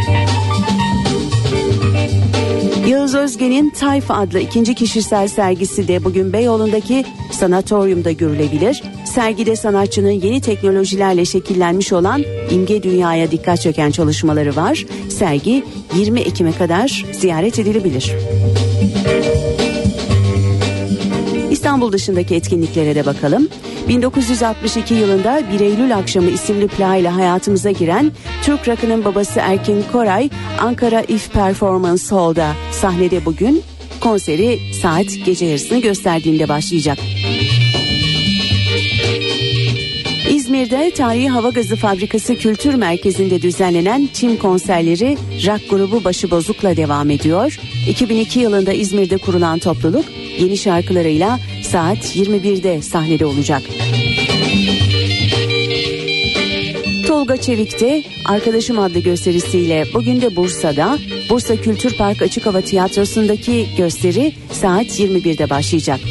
Yağız Özge'nin Tayfa adlı ikinci kişisel sergisi de bugün Beyoğlu'ndaki Sanatoryum'da görülebilir. Sergide sanatçının yeni teknolojilerle şekillenmiş olan imge dünyaya dikkat çeken çalışmaları var. Sergi yirmi Ekim'e kadar ziyaret edilebilir. İstanbul dışındaki etkinliklere de bakalım. bin dokuz yüz altmış iki yılında bir Eylül Akşamı isimli plağıyla hayatımıza giren Türk rock'ının babası Erkin Koray, Ankara If Performance Hall'da sahnede bugün. Konseri saat gece yarısını gösterdiğinde başlayacak. İzmir'de Tarihi Hava Gazı Fabrikası Kültür Merkezi'nde düzenlenen Çim konserleri rock grubu Başıbozuk'la devam ediyor. iki bin iki yılında İzmir'de kurulan topluluk yeni şarkılarıyla saat yirmi birde sahnede olacak. Tolga Çevik de Arkadaşım adlı gösterisiyle bugün de Bursa'da Bursa Kültür Park Açık Hava Tiyatrosu'ndaki gösteri saat yirmi birde başlayacak.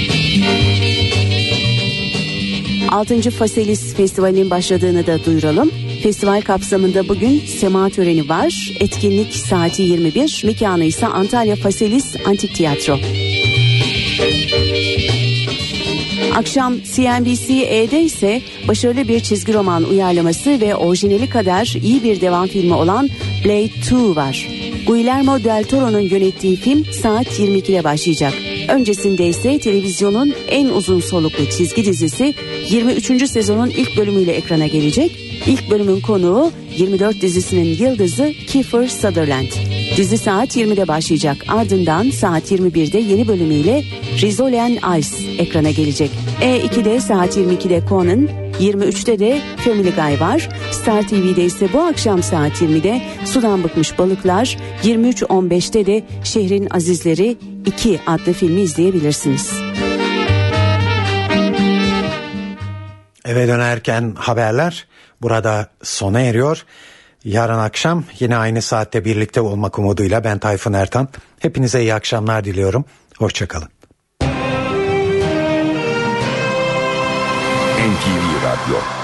altıncı Faselis Festivali'nin başladığını da duyuralım. Festival kapsamında bugün sema töreni var. Etkinlik saati yirmi bir, mekanı ise Antalya Faselis Antik Tiyatro. Akşam C N B C E'de ise başarılı bir çizgi roman uyarlaması ve orijinali kadar iyi bir devam filmi olan Blade iki var. Guillermo del Toro'nun yönettiği film saat yirmi ikide başlayacak. Öncesinde ise televizyonun en uzun soluklu çizgi dizisi yirmi üçüncü sezonun ilk bölümüyle ekrana gelecek. İlk bölümün konuğu yirmi dört dizisinin yıldızı Kiefer Sutherland. Dizi saat yirmide başlayacak. Ardından saat yirmi birde yeni bölümüyle Rizzoli and Ice ekrana gelecek. E iki'de saat yirmi ikide Conan, yirmi üçte de Family Guy var. Star T V'de ise bu akşam saat yirmide Sudan Bıkmış Balıklar, yirmi üç on beşte de Şehrin Azizleri iki adlı filmi izleyebilirsiniz. Eve dönerken haberler burada sona eriyor. Yarın akşam yine aynı saatte birlikte olmak umuduyla ben Tayfun Ertan. Hepinize iyi akşamlar diliyorum. Hoşçakalın. N T V Radyo